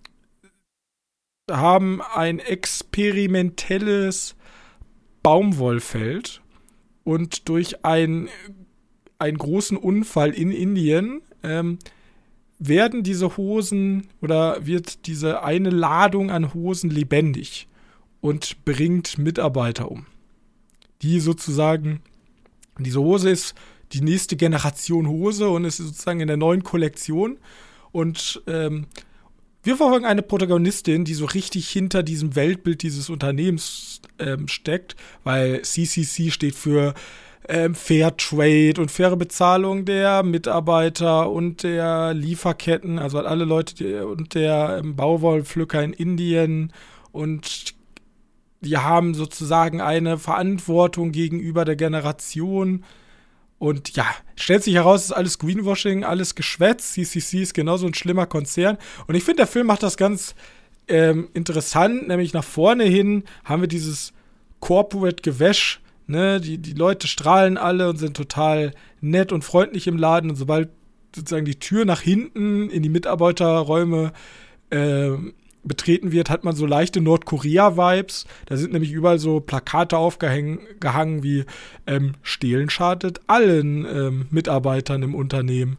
haben ein experimentelles Baumwollfeld und durch ein, einen großen Unfall in Indien ähm, werden diese Hosen oder wird diese eine Ladung an Hosen lebendig und bringt Mitarbeiter um. Die sozusagen, diese Hose ist die nächste Generation Hose und ist sozusagen in der neuen Kollektion und ähm, wir verfolgen eine Protagonistin, die so richtig hinter diesem Weltbild dieses Unternehmens ähm, steckt, weil C C C steht für ähm, Fair Trade und faire Bezahlung der Mitarbeiter und der Lieferketten, also alle Leute die, und der ähm, Baumwollpflücker in Indien und die haben sozusagen eine Verantwortung gegenüber der Generation. Und ja, stellt sich heraus, es ist alles Greenwashing, alles Geschwätz. C C C ist genauso ein schlimmer Konzern. Und ich finde, der Film macht das ganz ähm, interessant. Nämlich nach vorne hin haben wir dieses Corporate-Gewäsch. Ne? Die, die Leute strahlen alle und sind total nett und freundlich im Laden. Und sobald sozusagen die Tür nach hinten in die Mitarbeiterräume ähm, betreten wird, hat man so leichte Nordkorea-Vibes. Da sind nämlich überall so Plakate aufgehangen wie ähm, Stehlen schadet allen ähm, Mitarbeitern im Unternehmen.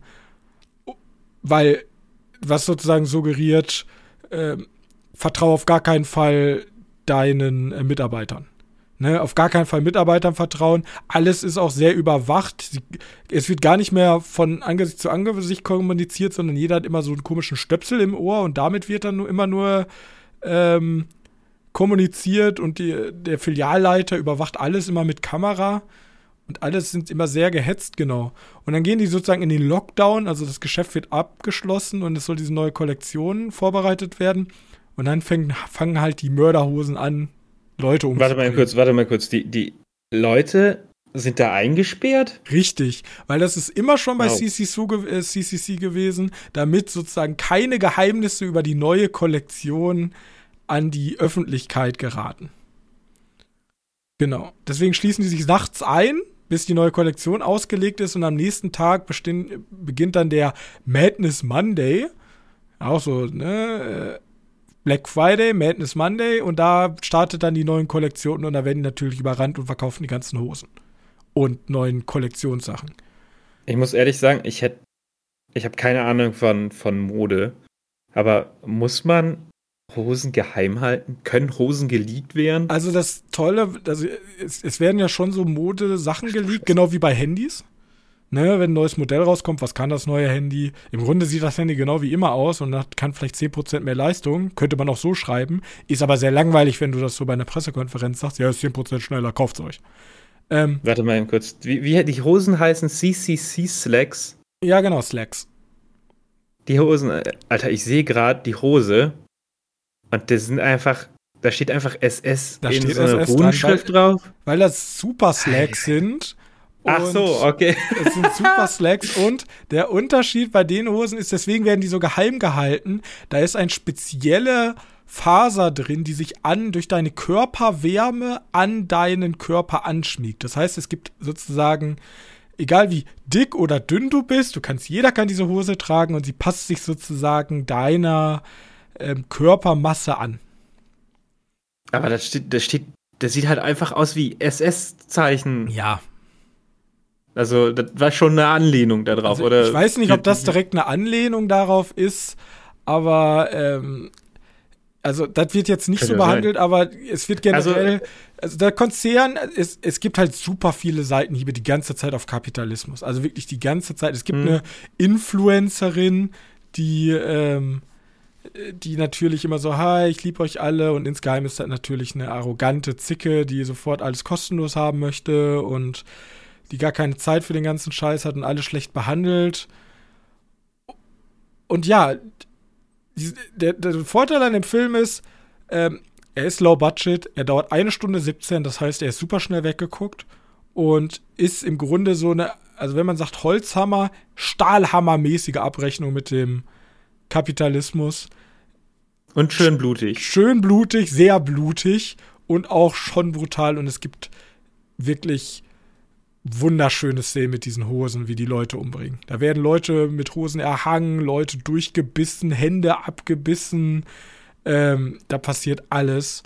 Weil, was sozusagen suggeriert, ähm, vertraue auf gar keinen Fall deinen äh, Mitarbeitern. Ne, auf gar keinen Fall Mitarbeitern vertrauen. Alles ist auch sehr überwacht. Sie, es wird gar nicht mehr von Angesicht zu Angesicht kommuniziert, sondern jeder hat immer so einen komischen Stöpsel im Ohr und damit wird dann nur, immer nur ähm, kommuniziert und die, der Filialleiter überwacht alles immer mit Kamera und alles sind immer sehr gehetzt, genau. Und dann gehen die sozusagen in den Lockdown, also das Geschäft wird abgeschlossen und es soll diese neue Kollektion vorbereitet werden und dann fängen, fangen halt die Mörderhosen an, Leute umzubringen. Warte mal kurz, warte mal kurz. Die, die Leute sind da eingesperrt? Richtig, weil das ist immer schon bei Wow. C C C, ge- äh, C C C gewesen, damit sozusagen keine Geheimnisse über die neue Kollektion an die Öffentlichkeit geraten. Genau. Deswegen schließen die sich nachts ein, bis die neue Kollektion ausgelegt ist und am nächsten Tag bestin- beginnt dann der Madness Monday. Auch so, ne? Black Friday, Madness Monday und da startet dann die neuen Kollektionen und da werden die natürlich überrannt und verkaufen die ganzen Hosen und neuen Kollektionssachen. Ich muss ehrlich sagen, ich hätte, ich habe keine Ahnung von, von Mode, aber muss man Hosen geheim halten? Können Hosen geleakt werden? Also das Tolle, also es, es werden ja schon so Modesachen geleakt, genau wie bei Handys. Ne, wenn ein neues Modell rauskommt, was kann das neue Handy? Im Grunde sieht das Handy genau wie immer aus und hat, kann vielleicht zehn Prozent mehr Leistung. Könnte man auch so schreiben. Ist aber sehr langweilig, wenn du das so bei einer Pressekonferenz sagst. Ja, ist zehn Prozent schneller, kauft's euch. Ähm, Warte mal eben kurz. Wie, wie die Hosen heißen? C C C Slacks. ja, genau, Slacks. Die Hosen, äh, Alter, ich sehe gerade die Hose und das sind einfach, da steht einfach S S Da in steht so einer S S dran, weil, Runenschrift drauf. weil das Super Slacks sind. Ach so, Und okay. es sind Super Slacks und der Unterschied bei den Hosen ist, deswegen werden die so geheim gehalten. Da ist ein spezielle Faser drin, die sich an durch deine Körperwärme an deinen Körper anschmiegt. Das heißt, es gibt sozusagen, egal wie dick oder dünn du bist, du kannst, jeder kann diese Hose tragen und sie passt sich sozusagen deiner ähm, Körpermasse an. Aber das steht, das steht, das sieht halt einfach aus wie S S-Zeichen. Ja. Also, das war schon eine Anlehnung darauf, Also, oder? ich weiß nicht, ob das direkt eine Anlehnung darauf ist, aber ähm, also das wird jetzt nicht Könnte so ja behandelt, aber es wird generell, Also- also, der Konzern, es, es gibt halt super viele Seitenhiebe die ganze Zeit auf Kapitalismus. Also wirklich die ganze Zeit. Es gibt Hm. eine Influencerin, die ähm, die natürlich immer so, hi, ich liebe euch alle, und insgeheim ist das natürlich eine arrogante Zicke, die sofort alles kostenlos haben möchte und die gar keine Zeit für den ganzen Scheiß hat und alle schlecht behandelt. Und ja, die, der, der Vorteil an dem Film ist, ähm, er ist low budget, er dauert eine Stunde siebzehn, das heißt, er ist super schnell weggeguckt und ist im Grunde so eine, also wenn man sagt Holzhammer, Stahlhammer-mäßige Abrechnung mit dem Kapitalismus. Und schön blutig. Schön blutig, sehr blutig und auch schon brutal, und es gibt wirklich wunderschöne Szenen mit diesen Hosen, wie die Leute umbringen. Da werden Leute mit Hosen erhangen, Leute durchgebissen, Hände abgebissen. Ähm, da passiert alles.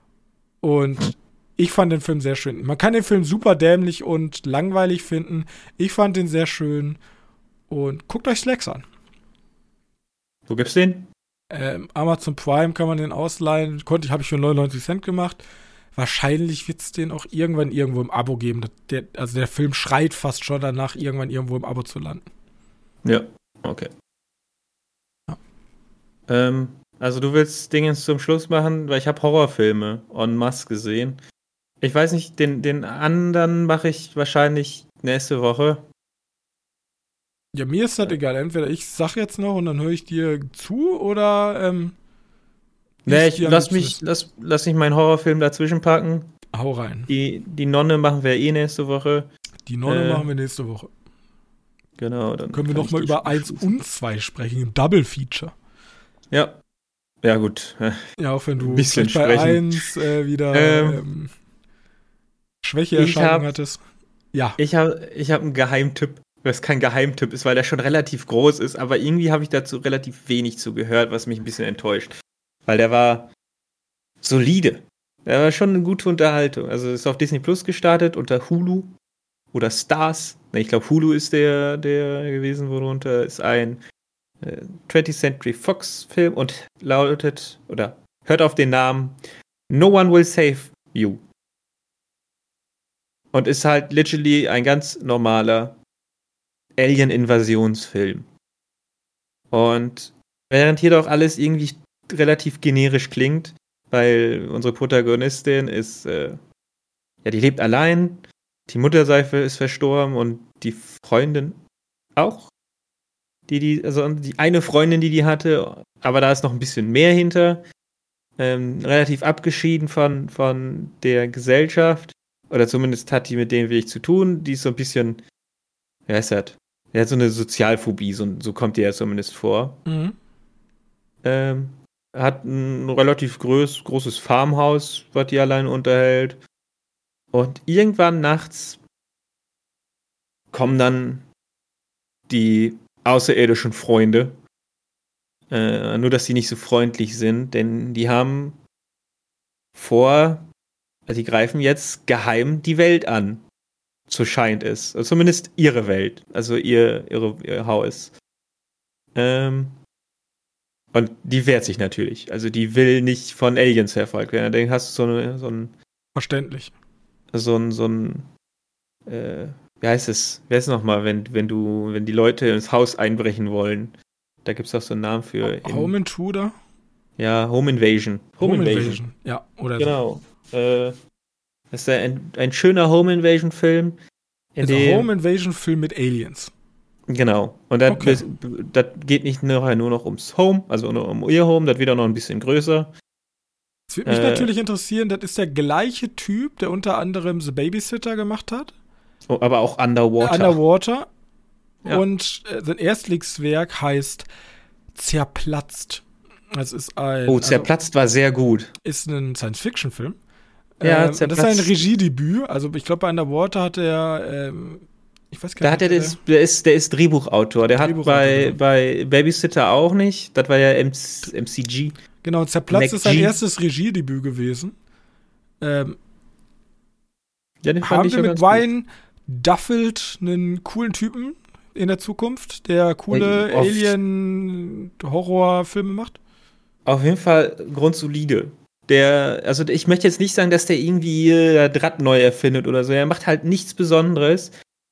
Und ich fand den Film sehr schön. Man kann den Film super dämlich und langweilig finden. Ich fand den sehr schön. Und guckt euch Slacks an. Wo gibt's den? Ähm, Amazon Prime kann man den ausleihen. Konnte ich, habe ich für neunundneunzig Cent gemacht. Wahrscheinlich wird es den auch irgendwann irgendwo im Abo geben. Der, also der Film schreit fast schon danach, irgendwann irgendwo im Abo zu landen. Ja, okay. Ja. Ähm, also du willst Dingens zum Schluss machen, weil ich habe Horrorfilme en masse gesehen. Ich weiß nicht, den, den anderen mache ich wahrscheinlich nächste Woche. Ja, mir ist das egal. Entweder ich sag jetzt noch und dann höre ich dir zu, oder ähm, Nee, ich ich dir am lass liebsten mich, lass, lass mich meinen Horrorfilm dazwischen packen. hau rein. Die, die Nonne machen wir eh nächste Woche. Die Nonne Äh, machen wir nächste Woche. Genau, dann Können wir kann noch ich mal die über schon eins schließen. und zwei sprechen, im Double-Feature. Ja. Ja, gut. Ja, auch wenn du Ein bisschen vielleicht bei sprechen. eins äh, wieder Ähm, ähm, Schwäche ich erscheinen hab- hattest. Ja. Ich habe ich hab einen Geheimtipp, was kein Geheimtipp ist, weil der schon relativ groß ist, aber irgendwie habe ich dazu relativ wenig zugehört, was mich ein bisschen enttäuscht. Weil der war solide. Der war schon eine gute Unterhaltung. Also ist auf Disney Plus gestartet, unter Hulu oder Stars. Ne, ich glaube Hulu ist der, der gewesen, worunter ist ein äh, twentieth Century Fox Film und lautet, oder hört auf den Namen No One Will Save You. Und ist halt literally ein ganz normaler Alien-Invasionsfilm. Und während hier doch alles irgendwie relativ generisch klingt, weil unsere Protagonistin ist, äh, ja, die lebt allein, die Mutterseife ist verstorben und die Freundin auch. Die, die, also die eine Freundin, die die hatte, aber da ist noch ein bisschen mehr hinter. Ähm, relativ abgeschieden von, von der Gesellschaft. Oder zumindest hat die mit denen wenig zu tun. Die ist so ein bisschen, wie heißt das? Er hat so eine Sozialphobie, so, so kommt die ja zumindest vor. Mhm. Ähm, hat ein relativ groß, großes Farmhaus, was die allein unterhält. Und irgendwann nachts kommen dann die außerirdischen Freunde. Äh, nur, dass die nicht so freundlich sind, denn die haben vor, also die greifen jetzt geheim die Welt an. So scheint es. Also zumindest ihre Welt. Also ihr, ihre, ihr Haus. Ähm, und die wehrt sich natürlich. Also die will nicht von Aliens verfolgt werden. Dann hast du so, eine, so ein, Verständlich. so ein, so ein, äh, wie heißt es? Wer ist nochmal, wenn, wenn du, wenn die Leute ins Haus einbrechen wollen? Da gibt es doch so einen Namen für. In, Home Intruder? ja, Home Invasion. Home Invasion. Ja, oder so. Genau. Äh, Das ist ein, ein schöner Home-Invasion-Film. Also Home Invasion-Film mit Aliens. Genau. Und das, Okay. das geht nicht nur, nur noch ums Home, also nur um ihr Home, das wird auch noch ein bisschen größer. Das würde mich Äh, natürlich interessieren, das ist der gleiche Typ, der unter anderem The Babysitter gemacht hat. oh, aber auch Underwater. Underwater. Ja. Und äh, sein Erstlingswerk heißt Zerplatzt. Das ist ein. Oh, Zerplatzt war sehr gut. Also, ist ein Science-Fiction-Film. Ja, ähm, das ist ein Regiedebüt. Also, ich glaube, bei Underwater hat er. Ähm, ich weiß gar Da hat er nicht. das, der, ist, der ist Drehbuchautor. Der Drehbuchautor, hat bei, genau. bei Babysitter auch nicht. Das war ja M C G. Genau, Zerplatzt Mac ist sein G. erstes Regiedebüt gewesen. Ähm, Ja, den fand haben ich wir ja mit ganz gut. Ryan Duffield einen coolen Typen in der Zukunft, der coole Ey, auf- Alien-Horror-Filme macht? Auf jeden Fall grundsolide. Der, also ich möchte jetzt nicht sagen, dass der irgendwie äh, Draht neu erfindet oder so. Er macht halt nichts Besonderes.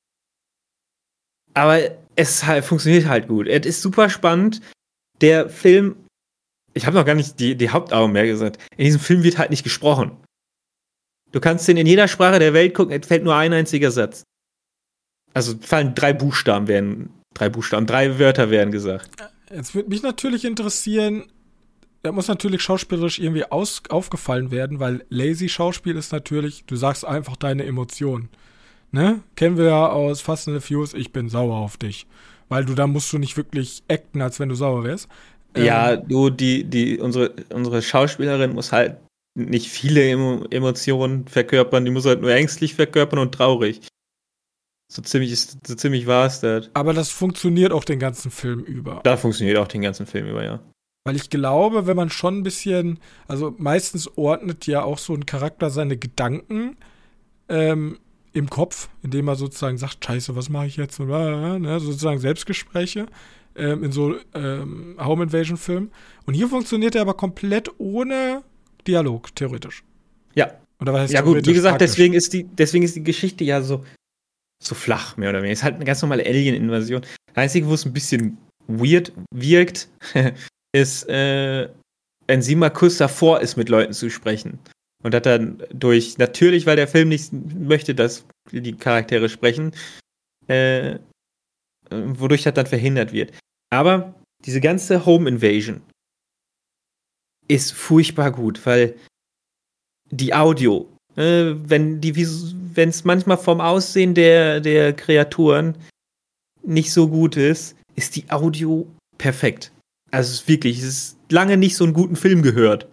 Aber es halt, funktioniert halt gut. Es ist super spannend. Der Film, ich habe noch gar nicht die, die Hauptaugenmerk gesagt. In diesem Film wird halt nicht gesprochen. Du kannst den in jeder Sprache der Welt gucken, es fällt nur ein einziger Satz. Also fallen drei Buchstaben werden, drei Buchstaben, drei Wörter werden gesagt. Jetzt würde mich natürlich interessieren, da muss natürlich schauspielerisch irgendwie aus, aufgefallen werden, weil lazy Schauspiel ist natürlich, du sagst einfach deine Emotionen. Ne? Kennen wir ja aus Fast and the Furious, ich bin sauer auf dich. Weil du, da musst du nicht wirklich acten, als wenn du sauer wärst. Ja, Ähm, du, die, die, unsere, unsere Schauspielerin muss halt nicht viele Emo- Emotionen verkörpern, die muss halt nur ängstlich verkörpern und traurig. So ziemlich ist, so ziemlich war es das. aber das funktioniert auch den ganzen Film über. Da funktioniert auch den ganzen Film über, ja. Weil ich glaube, wenn man schon ein bisschen, also meistens ordnet ja auch so ein Charakter seine Gedanken ähm, im Kopf, indem er sozusagen sagt, scheiße, was mache ich jetzt? Und, äh, ne, sozusagen Selbstgespräche ähm, in so ähm, Home Invasion Filmen. Und hier funktioniert er aber komplett ohne Dialog, theoretisch. Ja. Oder was heißt Ja gut, theoretisch? wie gesagt, Praktisch. deswegen ist die, deswegen ist die Geschichte ja so, so flach, mehr oder weniger. Es ist halt eine ganz normale Alien-Invasion. Das Einzige, wo es ein bisschen weird wirkt, ist, äh, wenn sie mal kurz davor ist, mit Leuten zu sprechen. Und hat dann durch, natürlich, weil der Film nicht möchte, dass die Charaktere sprechen, äh, wodurch das dann verhindert wird. Aber diese ganze Home Invasion ist furchtbar gut, weil die Audio, äh, wenn die, wenn es manchmal vom Aussehen der, der Kreaturen nicht so gut ist, ist die Audio perfekt. Also es ist wirklich, es ist lange nicht so einen guten Film gehört.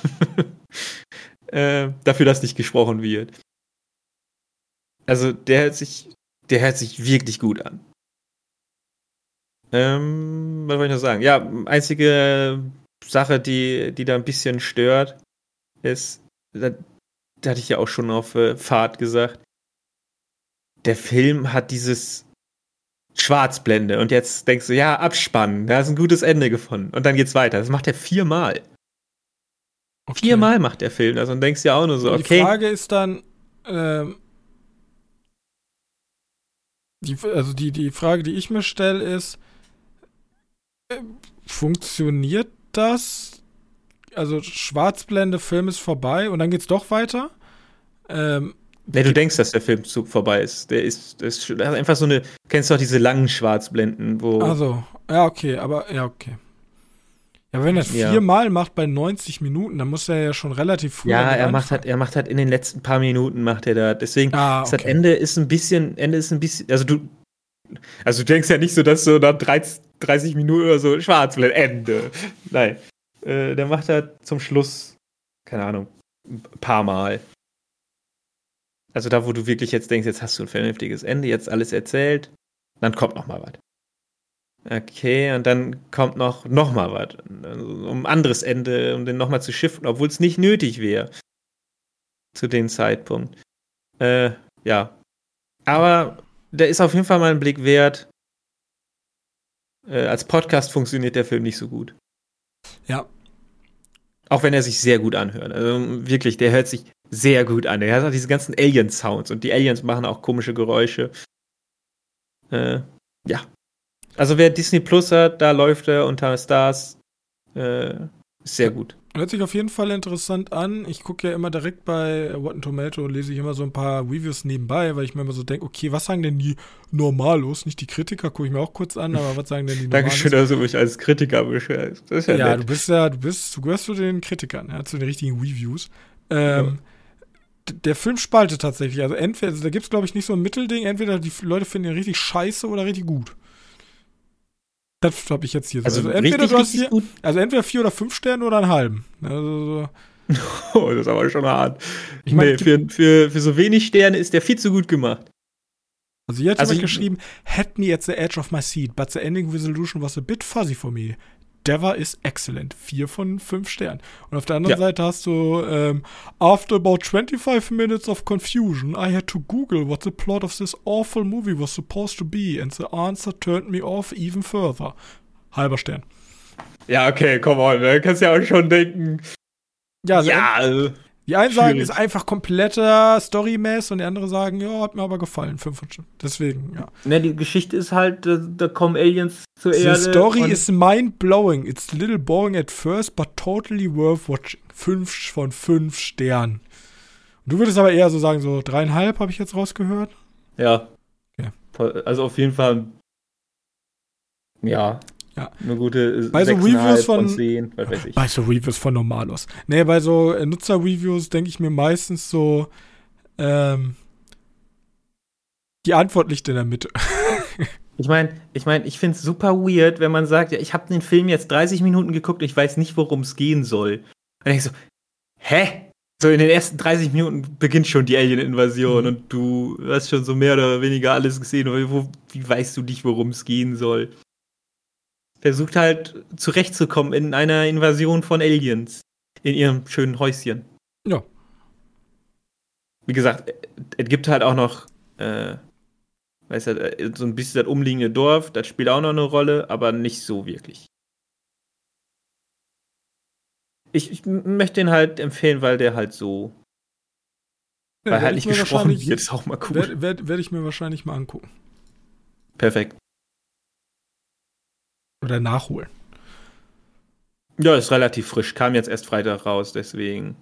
äh, dafür, dass nicht gesprochen wird. Also der hört sich, der hört sich wirklich gut an. Ähm, was wollte ich noch sagen? Ja, einzige Sache, die, die da ein bisschen stört, ist, da, da hatte ich ja auch schon auf äh, Fahrt gesagt, der Film hat dieses Schwarzblende und jetzt denkst du, ja, Abspann, da ist ein gutes Ende gefunden und dann geht's weiter. Das macht er viermal. Okay. Viermal macht der Film das und denkst ja auch nur so, Und okay. die Frage ist dann, ähm, die, also die, die Frage, die ich mir stelle, ist, äh, funktioniert das? Also Schwarzblende, Film ist vorbei und dann geht's doch weiter? Ähm, Wenn du denkst, dass der Filmzug vorbei ist, der ist, der ist der hat einfach so eine, kennst du auch diese langen Schwarzblenden, wo. Also, ja, okay, aber, ja, okay. Ja, aber wenn er das Ja. viermal macht bei neunzig Minuten, dann muss er ja schon relativ früh Ja, damit er macht halt, anfangen. er macht halt in den letzten paar Minuten macht er da. Deswegen Ah, ist das okay. Ende ist ein bisschen, Ende ist ein bisschen, also du, also du denkst ja nicht so, dass so nach dreißig Minuten oder so Schwarzblende, Ende. Nein. Äh, der macht halt zum Schluss, keine Ahnung, ein paar Mal. Also da, wo du wirklich jetzt denkst, jetzt hast du ein vernünftiges Ende, jetzt alles erzählt, dann kommt noch mal was. Okay, und dann kommt noch, noch mal was. Um ein anderes Ende, um den noch mal zu shiften, obwohl es nicht nötig wäre. Zu dem Zeitpunkt. Äh, ja. Aber der ist auf jeden Fall mal einen Blick wert. Äh, als Podcast funktioniert der Film nicht so gut. Ja. Auch wenn er sich sehr gut anhört. Also wirklich, der hört sich sehr gut an. Der hat auch diese ganzen Alien-Sounds und die Aliens machen auch komische Geräusche. Äh, ja. Also wer Disney Plus hat, da läuft er unter Stars. Äh, sehr gut. Hört sich auf jeden Fall interessant an. Ich gucke ja immer direkt bei Rotten Tomato, lese ich immer so ein paar Reviews nebenbei, weil ich mir immer so denke, okay, was sagen denn die Normalos? Nicht die Kritiker, gucke ich mir auch kurz an, aber was sagen denn die Normalos? Dankeschön, dass du mich als Kritiker beschwerst. Das ist ja, ja nett. du bist ja, du bist, du gehörst zu den Kritikern, ja, zu den richtigen Reviews. Ähm, ja. Der Film spaltet tatsächlich. Also entweder, also da gibt es, glaube ich, nicht so ein Mittelding, entweder die Leute finden ihn richtig scheiße oder richtig gut. Das habe ich jetzt hier so. Also, Also entweder richtig, du hast richtig hier, gut. also entweder vier oder fünf Sterne oder einen halben. Also so. Oh, das ist aber schon hart. Ich mein, nee, für, für, für so wenig Sterne ist der viel zu gut gemacht. Also hier hat Also jemand ich- geschrieben, had me at the edge of my seat, but the ending resolution was a bit fuzzy for me. Deva is excellent. Vier von fünf Sternen. Und auf der anderen Ja. Seite hast du, ähm, after about twenty-five minutes of confusion, I had to Google what the plot of this awful movie was supposed to be, and the answer turned me off even further. Halber Stern. Ja, okay, come on, da kannst ja auch schon denken. Ja, also ja, also, die einen sagen, schwierig. ist einfach kompletter Story-Mess und die anderen sagen, ja, hat mir aber gefallen. Fünf von fünf. Deswegen, ja. ne, die Geschichte ist halt, da, da kommen Aliens zur The Erde. story und- is mind-blowing. It's a little boring at first, but totally worth watching. Fünf von fünf Sternen. Und du würdest aber eher so sagen, so dreieinhalb habe ich jetzt rausgehört. Ja. Okay. Voll- Also auf jeden Fall. Ja. Ja. Eine gute Bei so sechseinhalb Reviews von- zehn, was weiß ich. Bei so Reviews von Normalos. Nee, bei so äh, Nutzer-Reviews denke ich mir meistens so, ähm, die Antwort liegt in der Mitte. Ich meine, ich, mein, ich finde es super weird, wenn man sagt, ja, ich habe den Film jetzt dreißig Minuten geguckt und ich weiß nicht, worum es gehen soll. Und ich so, hä? So in den ersten dreißig Minuten beginnt schon die Alien-Invasion Mhm. und du hast schon so mehr oder weniger alles gesehen. Aber wo, wie weißt du nicht, worum es gehen soll? Versucht halt zurechtzukommen in einer Invasion von Aliens. In ihrem schönen Häuschen. Ja. Wie gesagt, es gibt halt auch noch, äh, weißt du, so ein bisschen das umliegende Dorf, das spielt auch noch eine Rolle, aber nicht so wirklich. Ich, ich m- möchte ihn halt empfehlen, weil der halt so, Ja, weil werd halt ich nicht mir gesprochen wahrscheinlich- wird, ist auch mal cool. Werde werd, werd ich mir wahrscheinlich mal angucken. Perfekt. Oder nachholen. Ja, ist relativ frisch, kam jetzt erst Freitag raus, deswegen.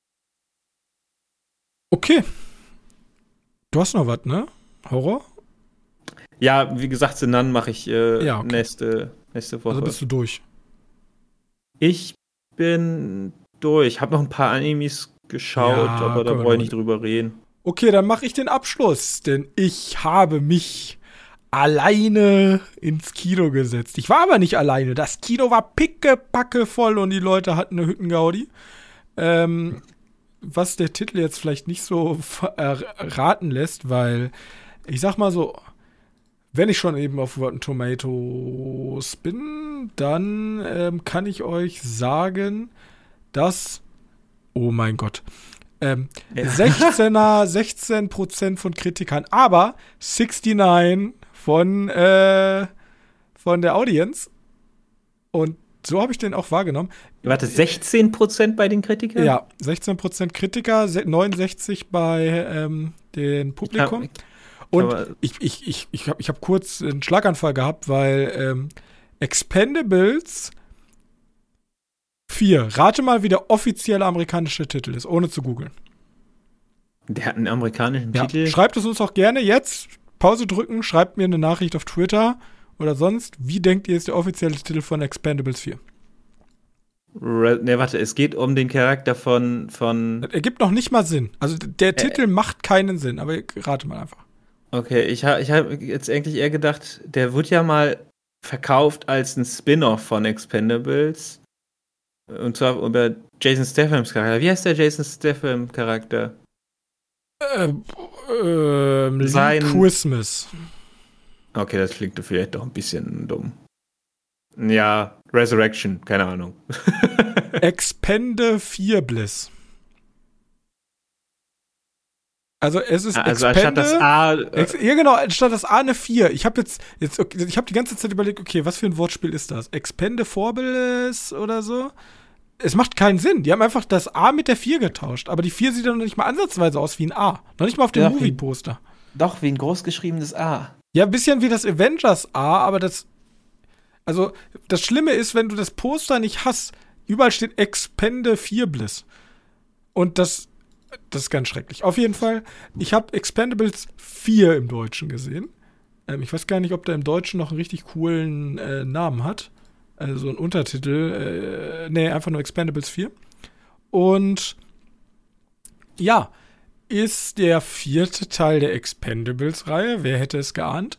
Okay. Du hast noch was, ne? Horror? Ja, wie gesagt, The Nun mache ich äh, Ja, okay. nächste, nächste Woche. Also bist du durch. Ich bin durch. Hab noch ein paar Animes geschaut, Ja, aber da können wir brauche ich noch- nicht drüber reden. Okay, dann mache ich den Abschluss, denn ich habe mich alleine ins Kino gesetzt. Ich war aber nicht alleine. Das Kino war pickepacke voll und die Leute hatten eine Hüttengaudi. Ähm, was der Titel jetzt vielleicht nicht so erraten lässt, weil ich sag mal so, wenn ich schon eben auf Rotten Tomatoes bin, dann ähm, kann ich euch sagen, dass, oh mein Gott, ähm, Ja. sechzehner, sechzehn Prozent von Kritikern, aber neunundsechzig von, äh, von der Audience. Und so habe ich den auch wahrgenommen. Warte, sechzehn Prozent bei den Kritikern? Ja, sechzehn Prozent Kritiker, se- neunundsechzig bei ähm, dem Publikum. Ich Und aber- ich, ich, ich, ich habe ich hab kurz einen Schlaganfall gehabt, weil ähm, Expendables vier, rate mal, wie der offizielle amerikanische Titel ist, ohne zu googeln. Der hat einen amerikanischen Ja, Titel. schreibt es uns auch gerne jetzt. Pause drücken, schreibt mir eine Nachricht auf Twitter oder sonst. Wie denkt ihr, ist der offizielle Titel von Expendables vier? Re ne, warte, es geht um den Charakter von, von. Das ergibt noch nicht mal Sinn. Also der Titel macht keinen Sinn, aber rate mal einfach. Okay, ich habe ich hab jetzt eigentlich eher gedacht, der wird ja mal verkauft als ein Spin-off von Expendables. Und zwar über Jason Stathams Charakter. Wie heißt der Jason Statham Charakter? Ähm, ähm, Lee Sein- Christmas. Okay, das klingt vielleicht doch ein bisschen dumm. Ja, Resurrection, keine Ahnung. Expende vier Bliss. Also es ist Also Expende. anstatt das A. Ex ja genau, anstatt das A eine vier. Ich habe jetzt, jetzt okay, ich habe die ganze Zeit überlegt, okay, was für ein Wortspiel ist das? Expende four Bliss oder so? Es macht keinen Sinn. Die haben einfach das A mit der vier getauscht. Aber die vier sieht dann noch nicht mal ansatzweise aus wie ein A. Noch nicht mal auf dem Ja, wie- Movie-Poster. Doch, wie ein großgeschriebenes A. Ja, ein bisschen wie das Avengers A, aber das. Also, das Schlimme ist, wenn du das Poster nicht hast, überall steht Expende vier Bliss. Und das, das ist ganz schrecklich. Auf jeden Fall, ich habe Expendables vier im Deutschen gesehen. Ähm, ich weiß gar nicht, ob der im Deutschen noch einen richtig coolen äh, Namen hat. Also ein Untertitel. Äh, nee, einfach nur Expendables vier. Und ja, ist der vierte Teil der Expendables-Reihe. Wer hätte es geahnt?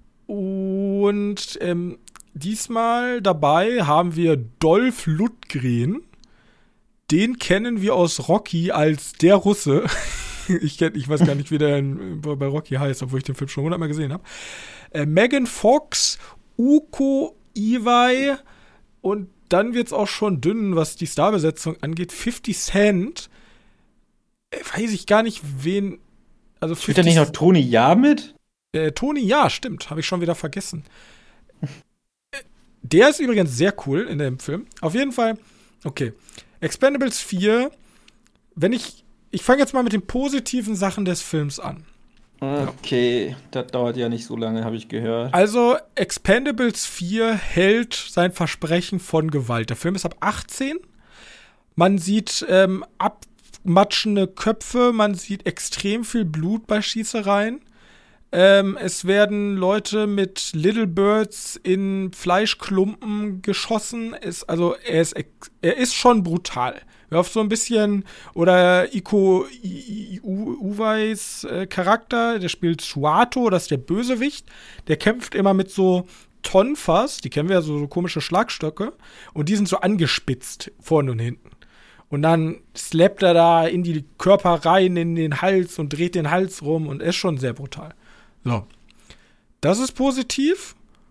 Und ähm, diesmal dabei haben wir Dolph Lundgren. Den kennen wir aus Rocky als der Russe. ich, kenn, ich weiß gar nicht, wie der in, bei Rocky heißt, obwohl ich den Film schon hundertmal gesehen habe. Äh, Megan Fox, Uko Iwai und dann wird's auch schon dünn, was die Starbesetzung angeht. fifty Cent. Äh, weiß ich gar nicht, wen. Also Spielt da nicht noch Tony Jaa mit? Äh, Tony Jaa, stimmt. Habe ich schon wieder vergessen. äh, der ist übrigens sehr cool in dem Film. Auf jeden Fall, okay. Expendables vier, wenn ich, ich fange jetzt mal mit den positiven Sachen des Films an. Okay, das dauert ja nicht so lange, habe ich gehört. Also, Expendables vier hält sein Versprechen von Gewalt. Der Film ist ab achtzehn. Man sieht ähm, abmatschende Köpfe, man sieht extrem viel Blut bei Schießereien. Ähm, es werden Leute mit Little Birds in Fleischklumpen geschossen. Ist, also er ist, er ist schon brutal. Wer auf so ein bisschen, oder Iko Uwais äh, Charakter, der spielt Suato, das ist der Bösewicht. Der kämpft immer mit so Tonfas, die kennen wir ja, so, so komische Schlagstöcke. Und die sind so angespitzt, vorne und hinten. Und dann slappt er da in die Körper rein, in den Hals und dreht den Hals rum und ist schon sehr brutal. So. Das ist positiv.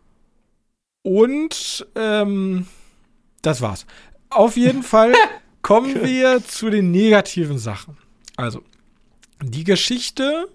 Und ähm, das war's. Auf jeden Fall kommen wir zu den negativen Sachen. Also, die Geschichte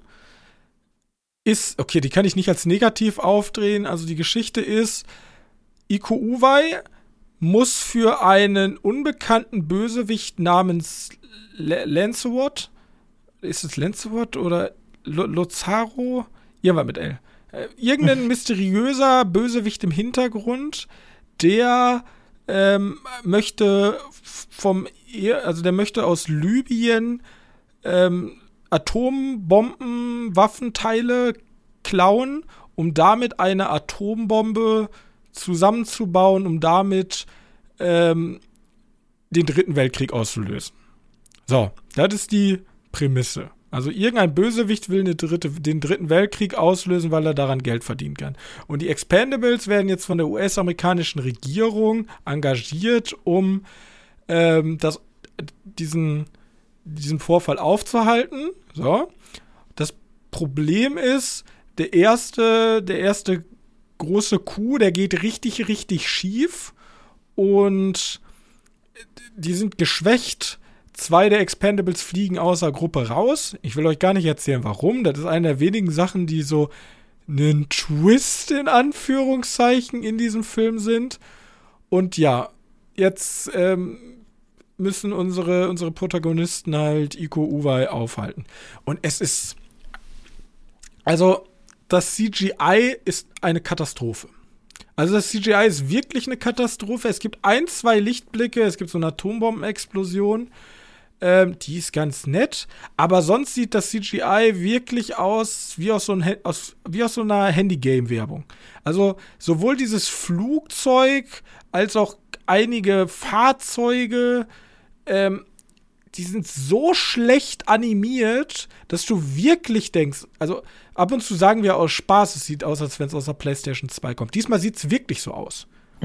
ist, okay, die kann ich nicht als negativ aufdrehen. Also die Geschichte ist, Iko Uwai muss für einen unbekannten Bösewicht namens L- Lancelot, ist es Lancelot oder L- Lozaro? Irgendwas mit L. Äh, irgendein mysteriöser Bösewicht im Hintergrund, der ähm, möchte vom, also der möchte aus Libyen ähm, Atombomben, Waffenteile klauen, um damit eine Atombombe zusammenzubauen, um damit ähm, den Dritten Weltkrieg auszulösen. So, das ist die Prämisse. Also irgendein Bösewicht will eine dritte, den Dritten Weltkrieg auslösen, weil er daran Geld verdienen kann. Und die Expendables werden jetzt von der U S-amerikanischen Regierung engagiert, um ähm, das, diesen, diesen Vorfall aufzuhalten. So. Das Problem ist, der erste, der erste große Coup, der geht richtig, richtig schief und die sind geschwächt. Zwei der Expendables fliegen außer Gruppe raus. Ich will euch gar nicht erzählen, warum. Das ist eine der wenigen Sachen, die so einen Twist in Anführungszeichen in diesem Film sind. Und ja, jetzt ähm, müssen unsere, unsere Protagonisten halt Iko Uwai aufhalten. Und es ist, also das C G I ist eine Katastrophe. Also das C G I ist wirklich eine Katastrophe. Es gibt ein, zwei Lichtblicke, es gibt so eine Atombombenexplosion. Ähm, die ist ganz nett, aber sonst sieht das C G I wirklich aus wie aus so, ein, aus, wie aus so einer Handy-Game-Werbung. Also sowohl dieses Flugzeug als auch einige Fahrzeuge, ähm, die sind so schlecht animiert, dass du wirklich denkst, also ab und zu sagen wir aus Spaß, es sieht aus, als wenn es aus der PlayStation zwei kommt. Diesmal sieht es wirklich so aus.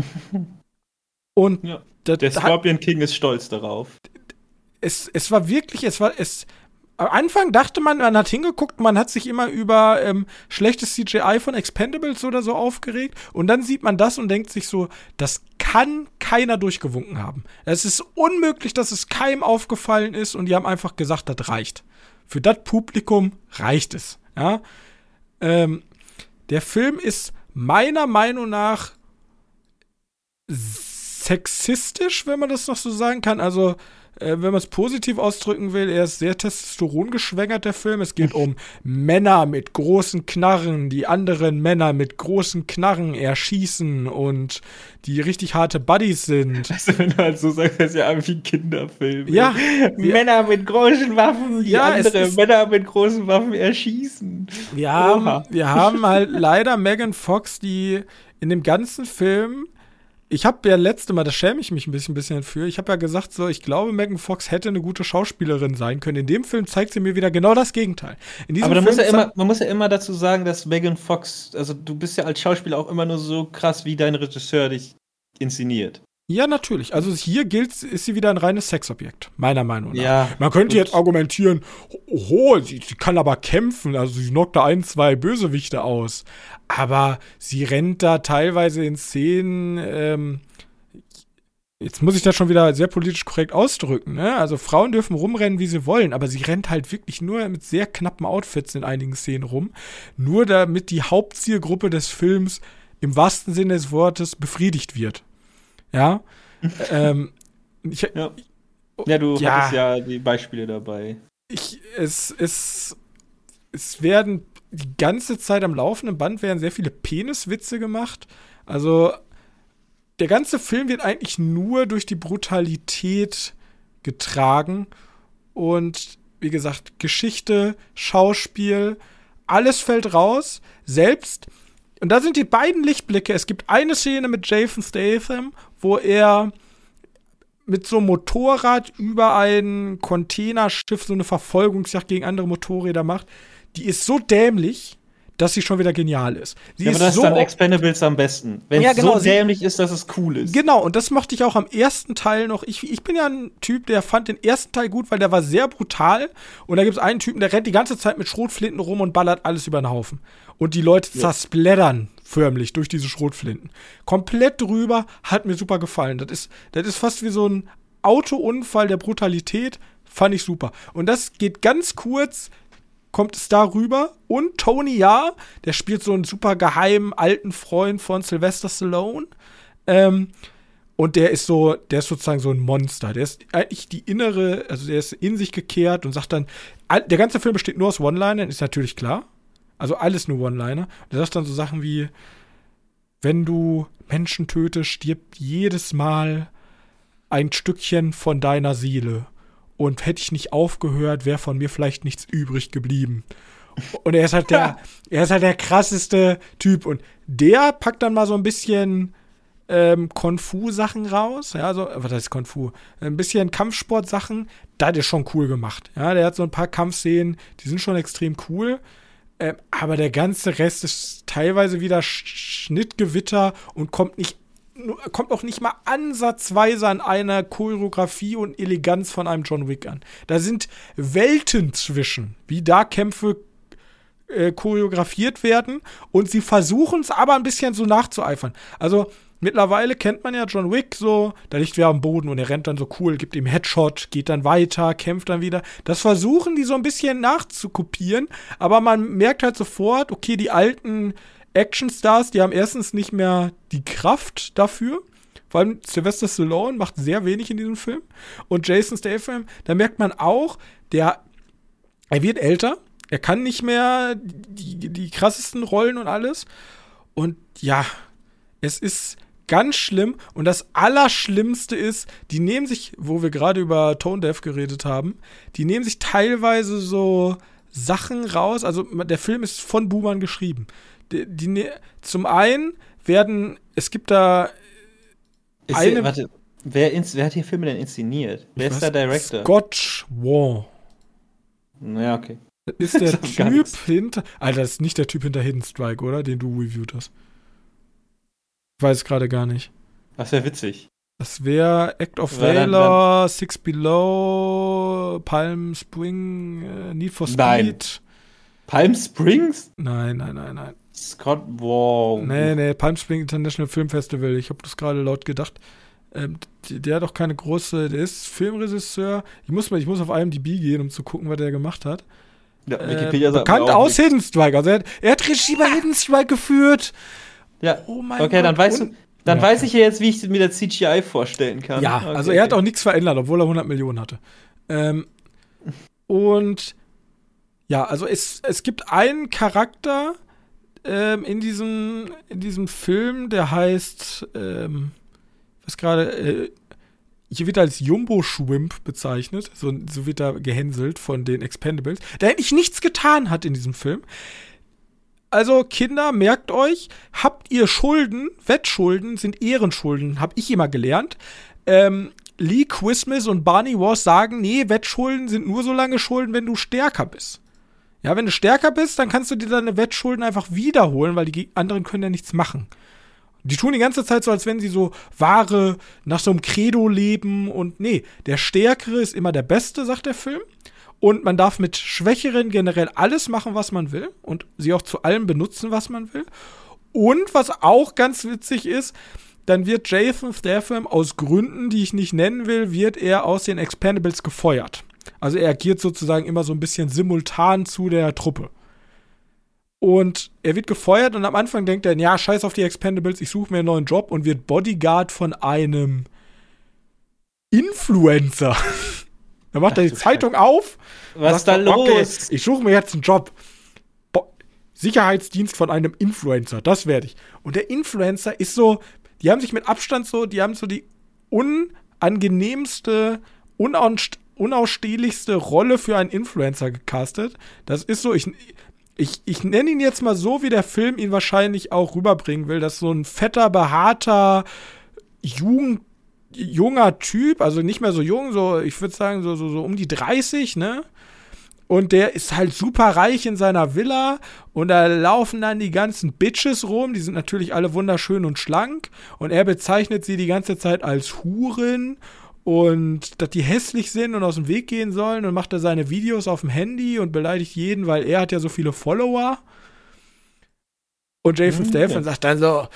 Und ja, der Scorpion King ist stolz darauf. Es, es war wirklich, es war, es, am Anfang dachte man, man hat hingeguckt, man hat sich immer über ähm, schlechtes C G I von Expendables oder so aufgeregt und dann sieht man das und denkt sich so, das kann keiner durchgewunken haben. Es ist unmöglich, dass es keinem aufgefallen ist und die haben einfach gesagt, das reicht. Für das Publikum reicht es. Ja? Ähm, der Film ist meiner Meinung nach sexistisch, wenn man das noch so sagen kann. Also äh, wenn man es positiv ausdrücken will, er ist sehr testosterongeschwängert, der Film. Es geht um Männer mit großen Knarren, die anderen Männer mit großen Knarren erschießen und die richtig harte Buddies sind. Also, wenn du halt so sagst, das ist ja irgendwie ein Kinderfilm. Ja. Männer mit großen Waffen, die ja, andere Männer mit großen Waffen erschießen. Wir haben, wir haben halt leider Megan Fox, die in dem ganzen Film, ich habe ja letzte Mal, da schäme ich mich ein bisschen, ein bisschen für, ich habe ja gesagt, so, ich glaube, Megan Fox hätte eine gute Schauspielerin sein können. In dem Film zeigt sie mir wieder genau das Gegenteil. In diesem Aber da Film muss ja immer, man muss ja immer dazu sagen, dass Megan Fox, also du bist ja als Schauspieler auch immer nur so krass, wie dein Regisseur dich inszeniert. Ja, natürlich. Also hier gilt, ist sie wieder ein reines Sexobjekt, meiner Meinung nach. Ja, Man könnte gut. jetzt argumentieren, oh, sie, sie kann aber kämpfen, also sie knockt da ein, zwei Bösewichte aus. Aber sie rennt da teilweise in Szenen, ähm, jetzt muss ich das schon wieder sehr politisch korrekt ausdrücken, ne? Also Frauen dürfen rumrennen, wie sie wollen, aber sie rennt halt wirklich nur mit sehr knappen Outfits in einigen Szenen rum, nur damit die Hauptzielgruppe des Films im wahrsten Sinne des Wortes befriedigt wird. Ja. ähm, ich, ja. ja, du ja, hattest ja die Beispiele dabei. Ich, es, es, es werden die ganze Zeit am laufenden Band werden sehr viele Peniswitze gemacht. Also der ganze Film wird eigentlich nur durch die Brutalität getragen. Und wie gesagt, Geschichte, Schauspiel, alles fällt raus. Selbst, und da sind die beiden Lichtblicke. Es gibt eine Szene mit Jason Statham, wo er mit so einem Motorrad über ein Containerschiff so eine Verfolgungsjagd gegen andere Motorräder macht. Die ist so dämlich, dass sie schon wieder genial ist. Sie ja, ist aber das so ist dann Expendables am besten. Wenn es ja, genau, so dämlich ist, dass es cool ist. Genau, und das mochte ich auch am ersten Teil noch. Ich, ich bin ja ein Typ, der fand den ersten Teil gut, weil der war sehr brutal. Und da gibt es einen Typen, der rennt die ganze Zeit mit Schrotflinten rum und ballert alles über den Haufen. Und die Leute ja. zersplättern förmlich durch diese Schrotflinten. Komplett drüber, hat mir super gefallen. Das ist, das ist fast wie so ein Autounfall der Brutalität. Fand ich super. Und das geht ganz kurz, kommt es da rüber. Und Tony Ja, der spielt so einen super geheimen alten Freund von Sylvester Stallone. Ähm, und der ist so, der ist sozusagen so ein Monster. Der ist eigentlich die innere, also der ist in sich gekehrt und sagt dann, der ganze Film besteht nur aus One-Linern, ist natürlich klar. Also alles nur One-Liner. Der sagt dann so Sachen wie, wenn du Menschen tötest, stirbt jedes Mal ein Stückchen von deiner Seele. Und hätte ich nicht aufgehört, wäre von mir vielleicht nichts übrig geblieben. Und er ist halt der, er ist halt der krasseste Typ. Und der packt dann mal so ein bisschen ähm, Kung-Fu-Sachen raus. Ja, so, was heißt Kung-Fu? Ein bisschen Kampfsport-Sachen. Das ist schon cool gemacht. Ja, der hat so ein paar Kampfszenen, die sind schon extrem cool. Ähm, aber der ganze Rest ist teilweise wieder Schnittgewitter und kommt nicht kommt auch nicht mal ansatzweise an einer Choreografie und Eleganz von einem John Wick an. Da sind Welten zwischen, wie da Kämpfe äh, choreografiert werden und sie versuchen es aber ein bisschen so nachzueifern. Also mittlerweile kennt man ja John Wick so, da liegt wer am Boden und er rennt dann so cool, gibt ihm Headshot, geht dann weiter, kämpft dann wieder. Das versuchen die so ein bisschen nachzukopieren, aber man merkt halt sofort, okay, die alten Actionstars, die haben erstens nicht mehr die Kraft dafür. Vor allem Sylvester Stallone macht sehr wenig in diesem Film. Und Jason Statham, da merkt man auch, der, er wird älter. Er kann nicht mehr die, die krassesten Rollen und alles. Und ja, es ist ganz schlimm. Und das Allerschlimmste ist, die nehmen sich, wo wir gerade über Tone Deaf geredet haben, die nehmen sich teilweise so Sachen raus. Also der Film ist von Boomern geschrieben. Die, die, zum einen werden, es gibt da ist eine... Der, warte, wer, ins, wer hat die Filme denn inszeniert? Wer ist der Director? Scott Wong. Ja, okay. Das ist der das Typ hinter... Alter, das ist nicht der Typ hinter Hidden Strike, oder? Den du reviewt hast. Ich weiß gerade gar nicht. Das wäre witzig. Das wäre Act of Valor, Six Below, Palm Spring, äh, Need for Speed. Nein. Palm Springs? Nein, nein, nein, nein. Scott Wong. Nee, nee, Palm Springs International Film Festival. Ich habe das gerade laut gedacht. Ähm, der, der hat auch keine große, der ist Filmregisseur. Ich muss mal, ich muss auf I M D B gehen, um zu gucken, was der gemacht hat. Ja, Wikipedia äh, sagt bekannt aus Hidden Strike. Also er hat, er hat Regie bei Hidden Strike geführt. Ja, oh mein okay, Gott. dann weißt Und, du, Dann ja. weiß ich ja jetzt, wie ich mir das C G I vorstellen kann. Ja, okay, also er hat auch nichts verändert, obwohl er hundert Millionen hatte. Ähm, und ja, also es, es gibt einen Charakter ähm, in, diesem, in diesem Film, der heißt, ähm, was gerade, äh, hier wird er als Jumbo-Schwimp bezeichnet, so, so wird er gehänselt von den Expendables, der eigentlich nichts getan hat in diesem Film. Also Kinder, merkt euch, habt ihr Schulden, Wettschulden sind Ehrenschulden, hab ich immer gelernt. Ähm, Lee Quismis und Barney Wars sagen, nee, Wettschulden sind nur so lange Schulden, wenn du stärker bist. Ja, wenn du stärker bist, dann kannst du dir deine Wettschulden einfach wiederholen, weil die anderen können ja nichts machen. Die tun die ganze Zeit so, als wenn sie so wahre, nach so einem Credo leben und nee, der Stärkere ist immer der Beste, sagt der Film. Und man darf mit Schwächeren generell alles machen, was man will und sie auch zu allem benutzen, was man will. Und was auch ganz witzig ist, dann wird Jason Statham aus Gründen, die ich nicht nennen will, wird er aus den Expendables gefeuert. Also er agiert sozusagen immer so ein bisschen simultan zu der Truppe. Und er wird gefeuert und am Anfang denkt er, ja, scheiß auf die Expendables, ich suche mir einen neuen Job und wird Bodyguard von einem Influencer. Da macht er die Zeitung auf. Was ist da los? Okay, ich suche mir jetzt einen Job. Bo- Sicherheitsdienst von einem Influencer, das werde ich. Und der Influencer ist so, die haben sich mit Abstand so, die haben so die unangenehmste, unausst- unausstehlichste Rolle für einen Influencer gecastet. Das ist so, ich, ich, ich nenne ihn jetzt mal so, wie der Film ihn wahrscheinlich auch rüberbringen will. Das ist so ein fetter, behaarter, Jugend junger Typ, also nicht mehr so jung, so ich würde sagen so, so, so um die dreißig, ne? Und der ist halt super reich in seiner Villa und da laufen dann die ganzen Bitches rum, die sind natürlich alle wunderschön und schlank und er bezeichnet sie die ganze Zeit als Huren und dass die hässlich sind und aus dem Weg gehen sollen und macht da seine Videos auf dem Handy und beleidigt jeden, weil er hat ja so viele Follower. Und Jason mhm, Statham ja. sagt dann so,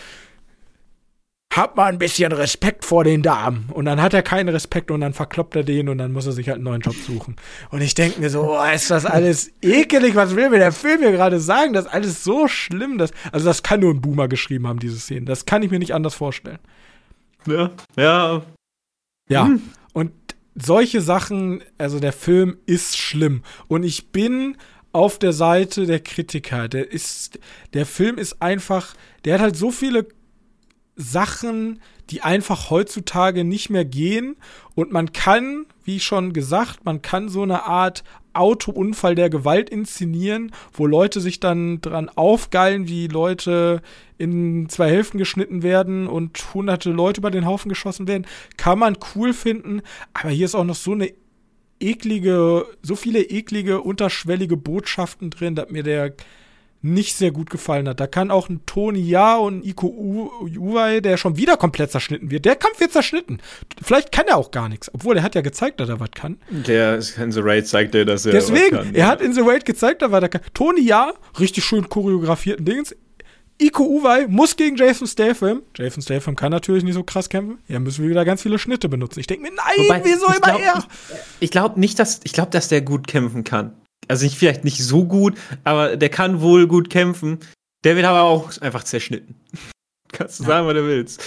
hab mal ein bisschen Respekt vor den Damen. Und dann hat er keinen Respekt und dann verkloppt er den und dann muss er sich halt einen neuen Job suchen. Und ich denke mir so, oh, ist das alles ekelig? Was will mir der Film hier gerade sagen? Das ist alles so schlimm. Dass, also das kann nur ein Boomer geschrieben haben, diese Szene. Das kann ich mir nicht anders vorstellen. Ja, ja. Ja, hm. Und solche Sachen, also der Film ist schlimm. Und ich bin auf der Seite der Kritiker. Der ist, der Film ist einfach, der hat halt so viele Sachen, die einfach heutzutage nicht mehr gehen und man kann, wie schon gesagt, man kann so eine Art Autounfall der Gewalt inszenieren, wo Leute sich dann dran aufgeilen, wie Leute in zwei Hälften geschnitten werden und hunderte Leute über den Haufen geschossen werden, kann man cool finden, aber hier ist auch noch so eine eklige, so viele eklige, unterschwellige Botschaften drin, dass mir der nicht sehr gut gefallen hat. Da kann auch ein Tony Ja und ein Iko Uwei, der schon wieder komplett zerschnitten wird. Der Kampf wird zerschnitten. Vielleicht kann er auch gar nichts. Obwohl, er hat ja gezeigt, dass er was kann. Der in The Raid zeigt er, dass er Deswegen, was kann. er hat in The Raid gezeigt, dass er was kann. Tony Ja, richtig schön choreografierten Dings. Iko Uwei muss gegen Jason Statham. Jason Statham kann natürlich nicht so krass kämpfen. Ja, müssen wir wieder ganz viele Schnitte benutzen. Ich denke mir, nein, Wobei, wieso immer glaub, er? Ich, ich glaube nicht, dass, ich glaube, dass der gut kämpfen kann. Also nicht, vielleicht nicht so gut, aber der kann wohl gut kämpfen. Der wird aber auch einfach zerschnitten. Kannst du ja. sagen, was du willst.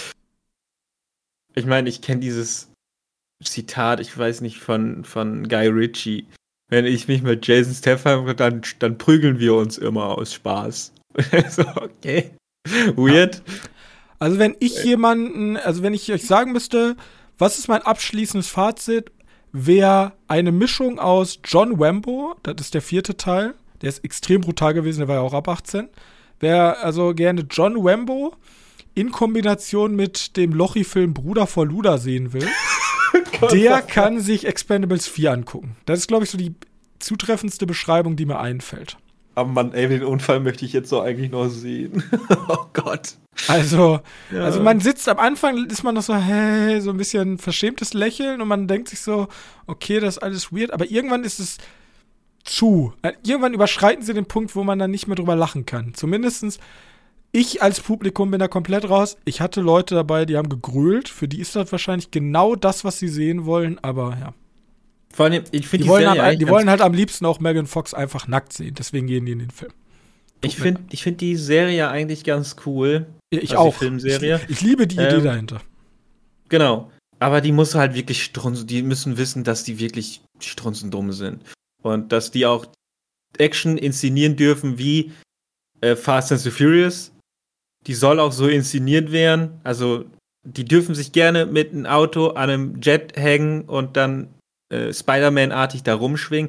Ich meine, ich kenne dieses Zitat, ich weiß nicht, von, von Guy Ritchie. Wenn ich mich mit Jason Statham, dann, dann prügeln wir uns immer aus Spaß. So, okay. Weird. Also wenn ich jemanden, also wenn ich euch sagen müsste, was ist mein abschließendes Fazit, wäre eine Mischung aus John Rambo, das ist der vierte Teil, der ist extrem brutal gewesen, der war ja auch ab achtzehn. Wer also gerne John Rambo in Kombination mit dem Lochi-Film Bruder vor Luda sehen will, der kann sich Expendables vier angucken. Das ist, glaube ich, so die zutreffendste Beschreibung, die mir einfällt. Aber Mann, ey, den Unfall möchte ich jetzt so eigentlich noch sehen. Oh Gott. Also, ja. also man sitzt am Anfang, ist man noch so, hey, so ein bisschen verschämtes Lächeln und man denkt sich so, okay, das ist alles weird, aber irgendwann ist es zu. Irgendwann überschreiten sie den Punkt, wo man dann nicht mehr drüber lachen kann. Zumindestens ich als Publikum bin da komplett raus. Ich hatte Leute dabei, die haben gegrölt. Für die ist das wahrscheinlich genau das, was sie sehen wollen, aber ja. Vor allem, ich finde die, die, wollen, halt, die wollen halt am liebsten auch Megan Fox einfach nackt sehen. Deswegen gehen die in den Film. Ich finde ich find die Serie eigentlich ganz cool. Ja, ich also auch. Die Filmserie. Ich, ich liebe die Idee ähm, dahinter. Genau. Aber die muss halt wirklich strunzen. Die müssen wissen, dass die wirklich strunzendumm sind. Und dass die auch Action inszenieren dürfen wie äh, Fast and the Furious. Die soll auch so inszeniert werden. Also, die dürfen sich gerne mit einem Auto an einem Jet hängen und dann äh, Spider-Man-artig da rumschwingen.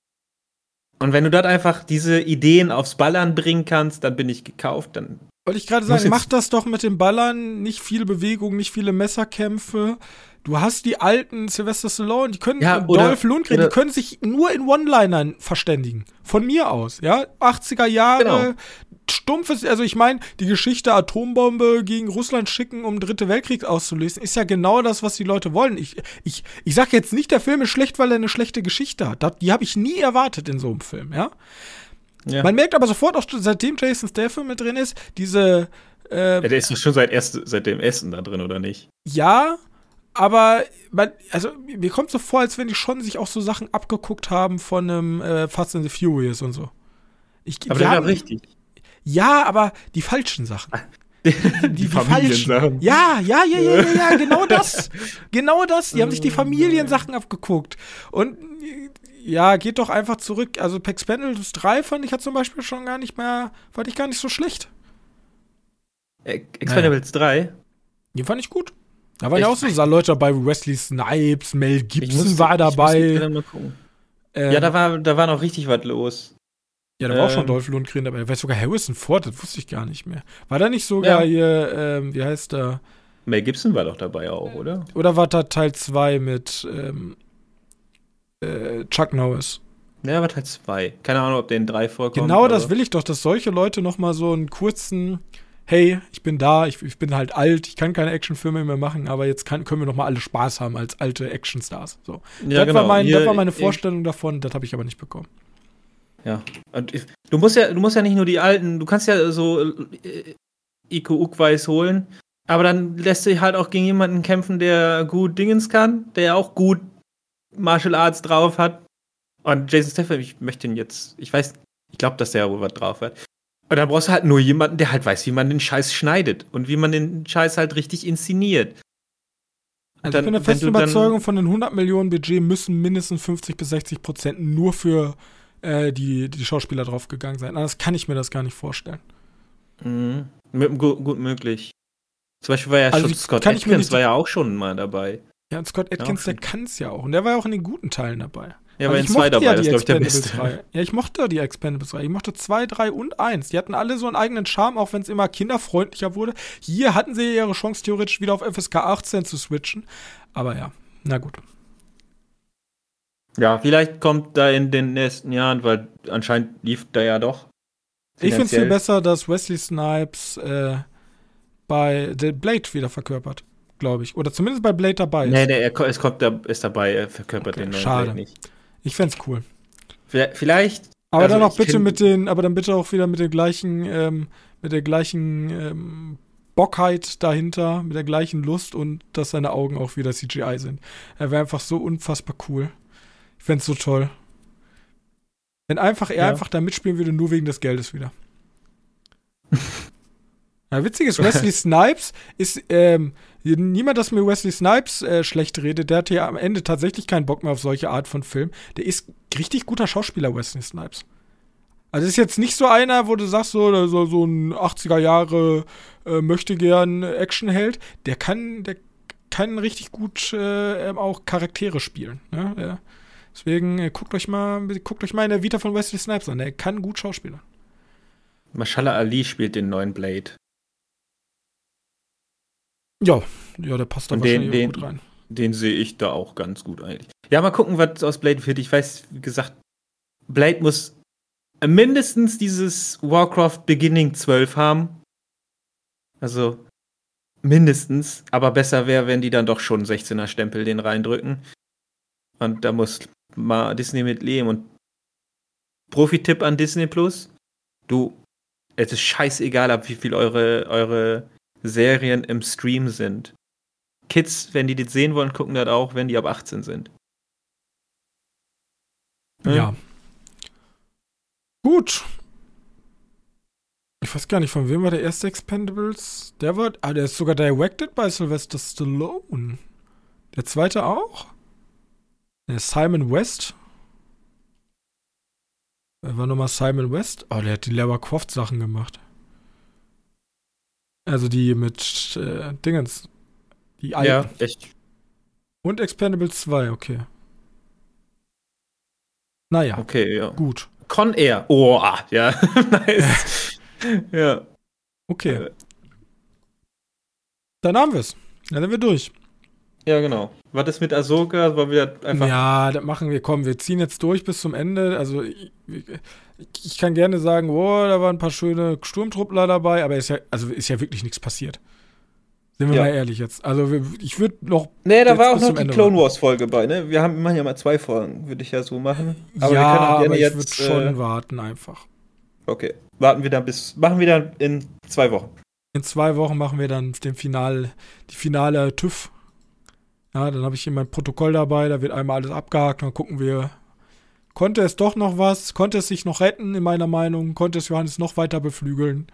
Und wenn du dort einfach diese Ideen aufs Ballern bringen kannst, dann bin ich gekauft. Dann Wollte ich gerade sagen, mach das doch mit den Ballern, nicht viel Bewegung, nicht viele Messerkämpfe. Du hast die alten Sylvester Stallone, die können, Ja, oder- Dolph Lundgren, oder- die können sich nur in One-Linern verständigen. Von mir aus, ja. achtziger Jahre, Genau. stumpfes, also ich meine, die Geschichte Atombombe gegen Russland schicken, um den Dritten Weltkrieg auszulösen, ist ja genau das, was die Leute wollen. Ich, ich, ich sag jetzt nicht, der Film ist schlecht, weil er eine schlechte Geschichte hat. Das, die habe ich nie erwartet in so einem Film, ja. Ja. Man merkt aber sofort, auch seitdem Jason Statham mit drin ist, diese äh, Ja, der ist doch schon seit, erst, seit dem Essen da drin, oder nicht? ja, aber man, also mir kommt so vor, als wenn die schon sich auch so Sachen abgeguckt haben von einem äh, Fast and the Furious und so. Ich, Aber die der war haben- richtig. Ja, aber die falschen Sachen. Die, Die, die falschen. Ja, ja, ja, ja, ja, ja, genau das. Genau das. Die haben sich die Familiensachen abgeguckt. Und äh, ja, geht doch einfach zurück. Also Expendables drei fand ich ja zum Beispiel schon gar nicht mehr, fand ich gar nicht so schlecht. Äh, Expendables drei. Die fand ich gut. Da waren ja Echt? auch so Leute dabei, wie Wesley Snipes, Mel Gibson musste- war Ich musste dabei. dann mal gucken. Ähm, Ja, da war, da war noch richtig was los. Ja, da war auch Ähm, schon Dolph Lundgren dabei. Da war sogar Harrison Ford, das wusste ich gar nicht mehr. War da nicht sogar Ja. hier, ähm, wie heißt der? Mel Gibson war doch dabei auch, oder? Oder war da Teil zwei mit ähm, äh, Chuck Norris? Ja, war Teil zwei. Keine Ahnung, ob der in drei vorkommt. Genau das aber- will ich doch, dass solche Leute noch mal so einen kurzen, hey, ich bin da, ich, ich bin halt alt, ich kann keine Actionfilme mehr machen, aber jetzt kann, können wir noch mal alle Spaß haben als alte Actionstars. So. Ja, das, genau. war mein, das Hier- war meine Vorstellung davon, das habe ich aber nicht bekommen. Ja. Und ich- du musst ja, du musst ja nicht nur die alten, du kannst ja so äh, Iko Ukweiß holen, aber dann lässt sich halt auch gegen jemanden kämpfen, der gut Dingens kann, der auch gut Martial Arts drauf hat. Und Jason Statham, ich möchte ihn jetzt, ich weiß, ich glaube, dass der wohl was drauf hat. Und dann brauchst du halt nur jemanden, der halt weiß, wie man den Scheiß schneidet und wie man den Scheiß halt richtig inszeniert. Also Dann- ich bin der wenn festen du dann- Überzeugung, von den hundert Millionen Budget müssen mindestens fünfzig bis sechzig Prozent nur für äh, die, die Schauspieler draufgegangen sein. Anders kann ich mir das gar nicht vorstellen. Mhm. M- Gut, gut möglich. Zum Beispiel war ja Also schon ich- Scott kann ich mir Atkins nicht- war ja auch schon mal dabei. Ja, und Scott Atkins, Ja, der kann es ja auch. Und der war ja auch in den guten Teilen dabei. Ja, Also war ich in zwei mochte dabei, ja das die ist, glaube ich, der Expendables beste. drei. Ja, ich mochte die Expendables drei. Ich mochte zwei, drei und eins. Die hatten alle so einen eigenen Charme, auch wenn es immer kinderfreundlicher wurde. Hier hatten sie ihre Chance, theoretisch wieder auf F S K achtzehn zu switchen. Aber ja, na gut. Ja, vielleicht kommt da in den nächsten Jahren, weil anscheinend lief da ja doch. Ich finde es viel finanziell. besser, dass Wesley Snipes äh, bei The Blade wieder verkörpert, glaube ich. Oder zumindest bei Blade dabei ist. Nee, nee, er, ko- es kommt, da ist dabei, er verkörpert Okay, den neuen schade. Blade nicht. Ich fänd's cool. Vielleicht, vielleicht Aber also dann auch ich bitte kenn- mit den, aber dann bitte auch wieder mit der gleichen, ähm, mit der gleichen ähm, Bockheit dahinter, mit der gleichen Lust und dass seine Augen auch wieder C G I sind. Er wäre einfach so unfassbar cool. Ich fänd's so toll. Wenn einfach er Ja. einfach da mitspielen würde, nur wegen des Geldes wieder. Ja, witzig ist, Wesley Snipes ist, ähm, niemand, dass mir Wesley Snipes äh, schlecht redet, der hatte ja am Ende tatsächlich keinen Bock mehr auf solche Art von Film. Der ist richtig guter Schauspieler, Wesley Snipes. Also ist jetzt nicht so einer, wo du sagst, so, so, so ein achtziger Jahre äh, möchte gern Actionheld. Der kann, der kann richtig gut äh, ähm, auch Charaktere spielen. Ne? Der, deswegen äh, guckt euch mal, guckt euch mal in der Vita von Wesley Snipes an. Der kann gut Schauspieler. Mashallah Ali spielt den neuen Blade. Ja, ja, der passt da Und den- wahrscheinlich den- auch gut rein. Den sehe ich da auch ganz gut eigentlich. Ja, mal gucken, was aus Blade wird. Ich weiß, wie gesagt, Blade muss mindestens dieses Warcraft Beginning zwölf haben. Also mindestens. Aber besser wäre, wenn die dann doch schon sechzehner Stempel den reindrücken. Und da muss mal Disney mit leben. Und Profi-Tipp an Disney Plus: Du, es ist scheißegal, ab wie viel eure, eure Serien im Stream sind. Kids, wenn die das sehen wollen, gucken das auch, wenn die ab achtzehn sind. Ja. Ja. Gut. Ich weiß gar nicht, von wem war der erste Expendables? Der war, ah, der ist sogar directed bei Sylvester Stallone. Der zweite auch? Der Simon West. Wer war nochmal Simon West? Oh, der hat die Lara Croft Sachen gemacht. Also die mit äh, Dingens. Die alten. Ja, echt. Und Expendables zwei, okay. Naja, Okay, ja. gut. Con Air. Oh, ah, ja. Nice. Ja. Okay. Äh. Dann haben wir es. Dann sind wir durch. Ja, genau. Was ist mit Ahsoka? War wieder einfach. Ja, das machen wir. Komm, wir ziehen jetzt durch bis zum Ende. Also ich, ich kann gerne sagen, oh, da waren ein paar schöne Sturmtruppler dabei, aber ist ja, also ist ja wirklich nichts passiert. Sind wir Ja. mal ehrlich jetzt. Also wir, ich würde noch. Nee, da jetzt war auch bis noch zum die Ende Clone warten. Wars Folge bei, ne? Wir haben, machen ja mal zwei Folgen, würde ich ja so machen. Aber ja, wir können auch gerne aber ich jetzt. würde schon äh, warten einfach. Okay. Warten wir dann bis. Machen wir dann in zwei Wochen. In zwei Wochen machen wir dann den Final, die finale TÜV. Ja, dann habe ich hier mein Protokoll dabei, da wird einmal alles abgehakt, dann gucken wir, konnte es doch noch was, konnte es sich noch retten, in meiner Meinung, konnte es Johannes noch weiter beflügeln.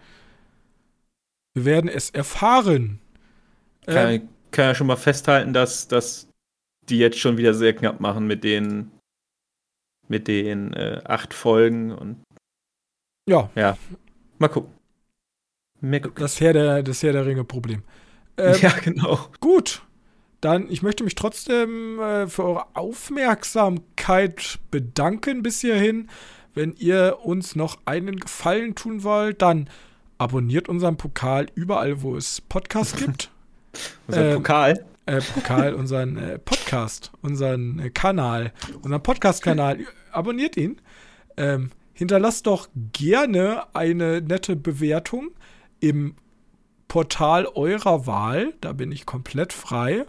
Wir werden es erfahren. Kann, Ähm, kann ja schon mal festhalten, dass, dass die jetzt schon wieder sehr knapp machen mit den mit den äh, acht Folgen und ja, mal gucken. Mal gucken. das Herr der, das Herr der Ringe-Problem. Ähm, ja, genau. Gut, dann, ich möchte mich trotzdem äh, für eure Aufmerksamkeit bedanken bis hierhin. Wenn ihr uns noch einen Gefallen tun wollt, dann abonniert unseren Pokal überall, wo es Podcasts gibt. Unser Ähm, Pokal. äh, Pokal, unseren äh, Podcast, unseren äh, Kanal, unseren Podcast-Kanal. Abonniert ihn. Ähm, hinterlasst doch gerne eine nette Bewertung im Portal eurer Wahl. Da bin ich komplett frei.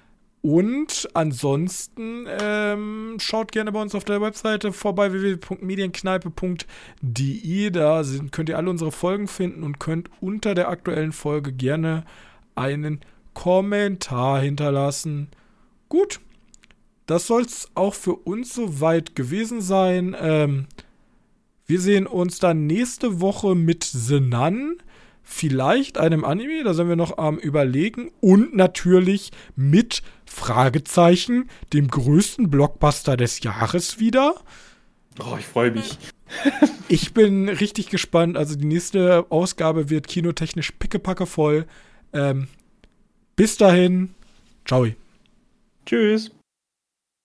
Und ansonsten ähm, schaut gerne bei uns auf der Webseite vorbei, w w w punkt medienkneipe punkt d e. Da sind, könnt ihr alle unsere Folgen finden und könnt unter der aktuellen Folge gerne einen Kommentar hinterlassen. Gut, das soll es auch für uns soweit gewesen sein. Ähm, wir sehen uns dann nächste Woche mit The Nun. Vielleicht einem Anime, da sind wir noch am Überlegen. Und natürlich mit Fragezeichen, dem größten Blockbuster des Jahres wieder. Oh, ich freue mich. Ich bin richtig gespannt. Also die nächste Ausgabe wird kinotechnisch pickepacke voll. Ähm, bis dahin. Ciao. Tschüss.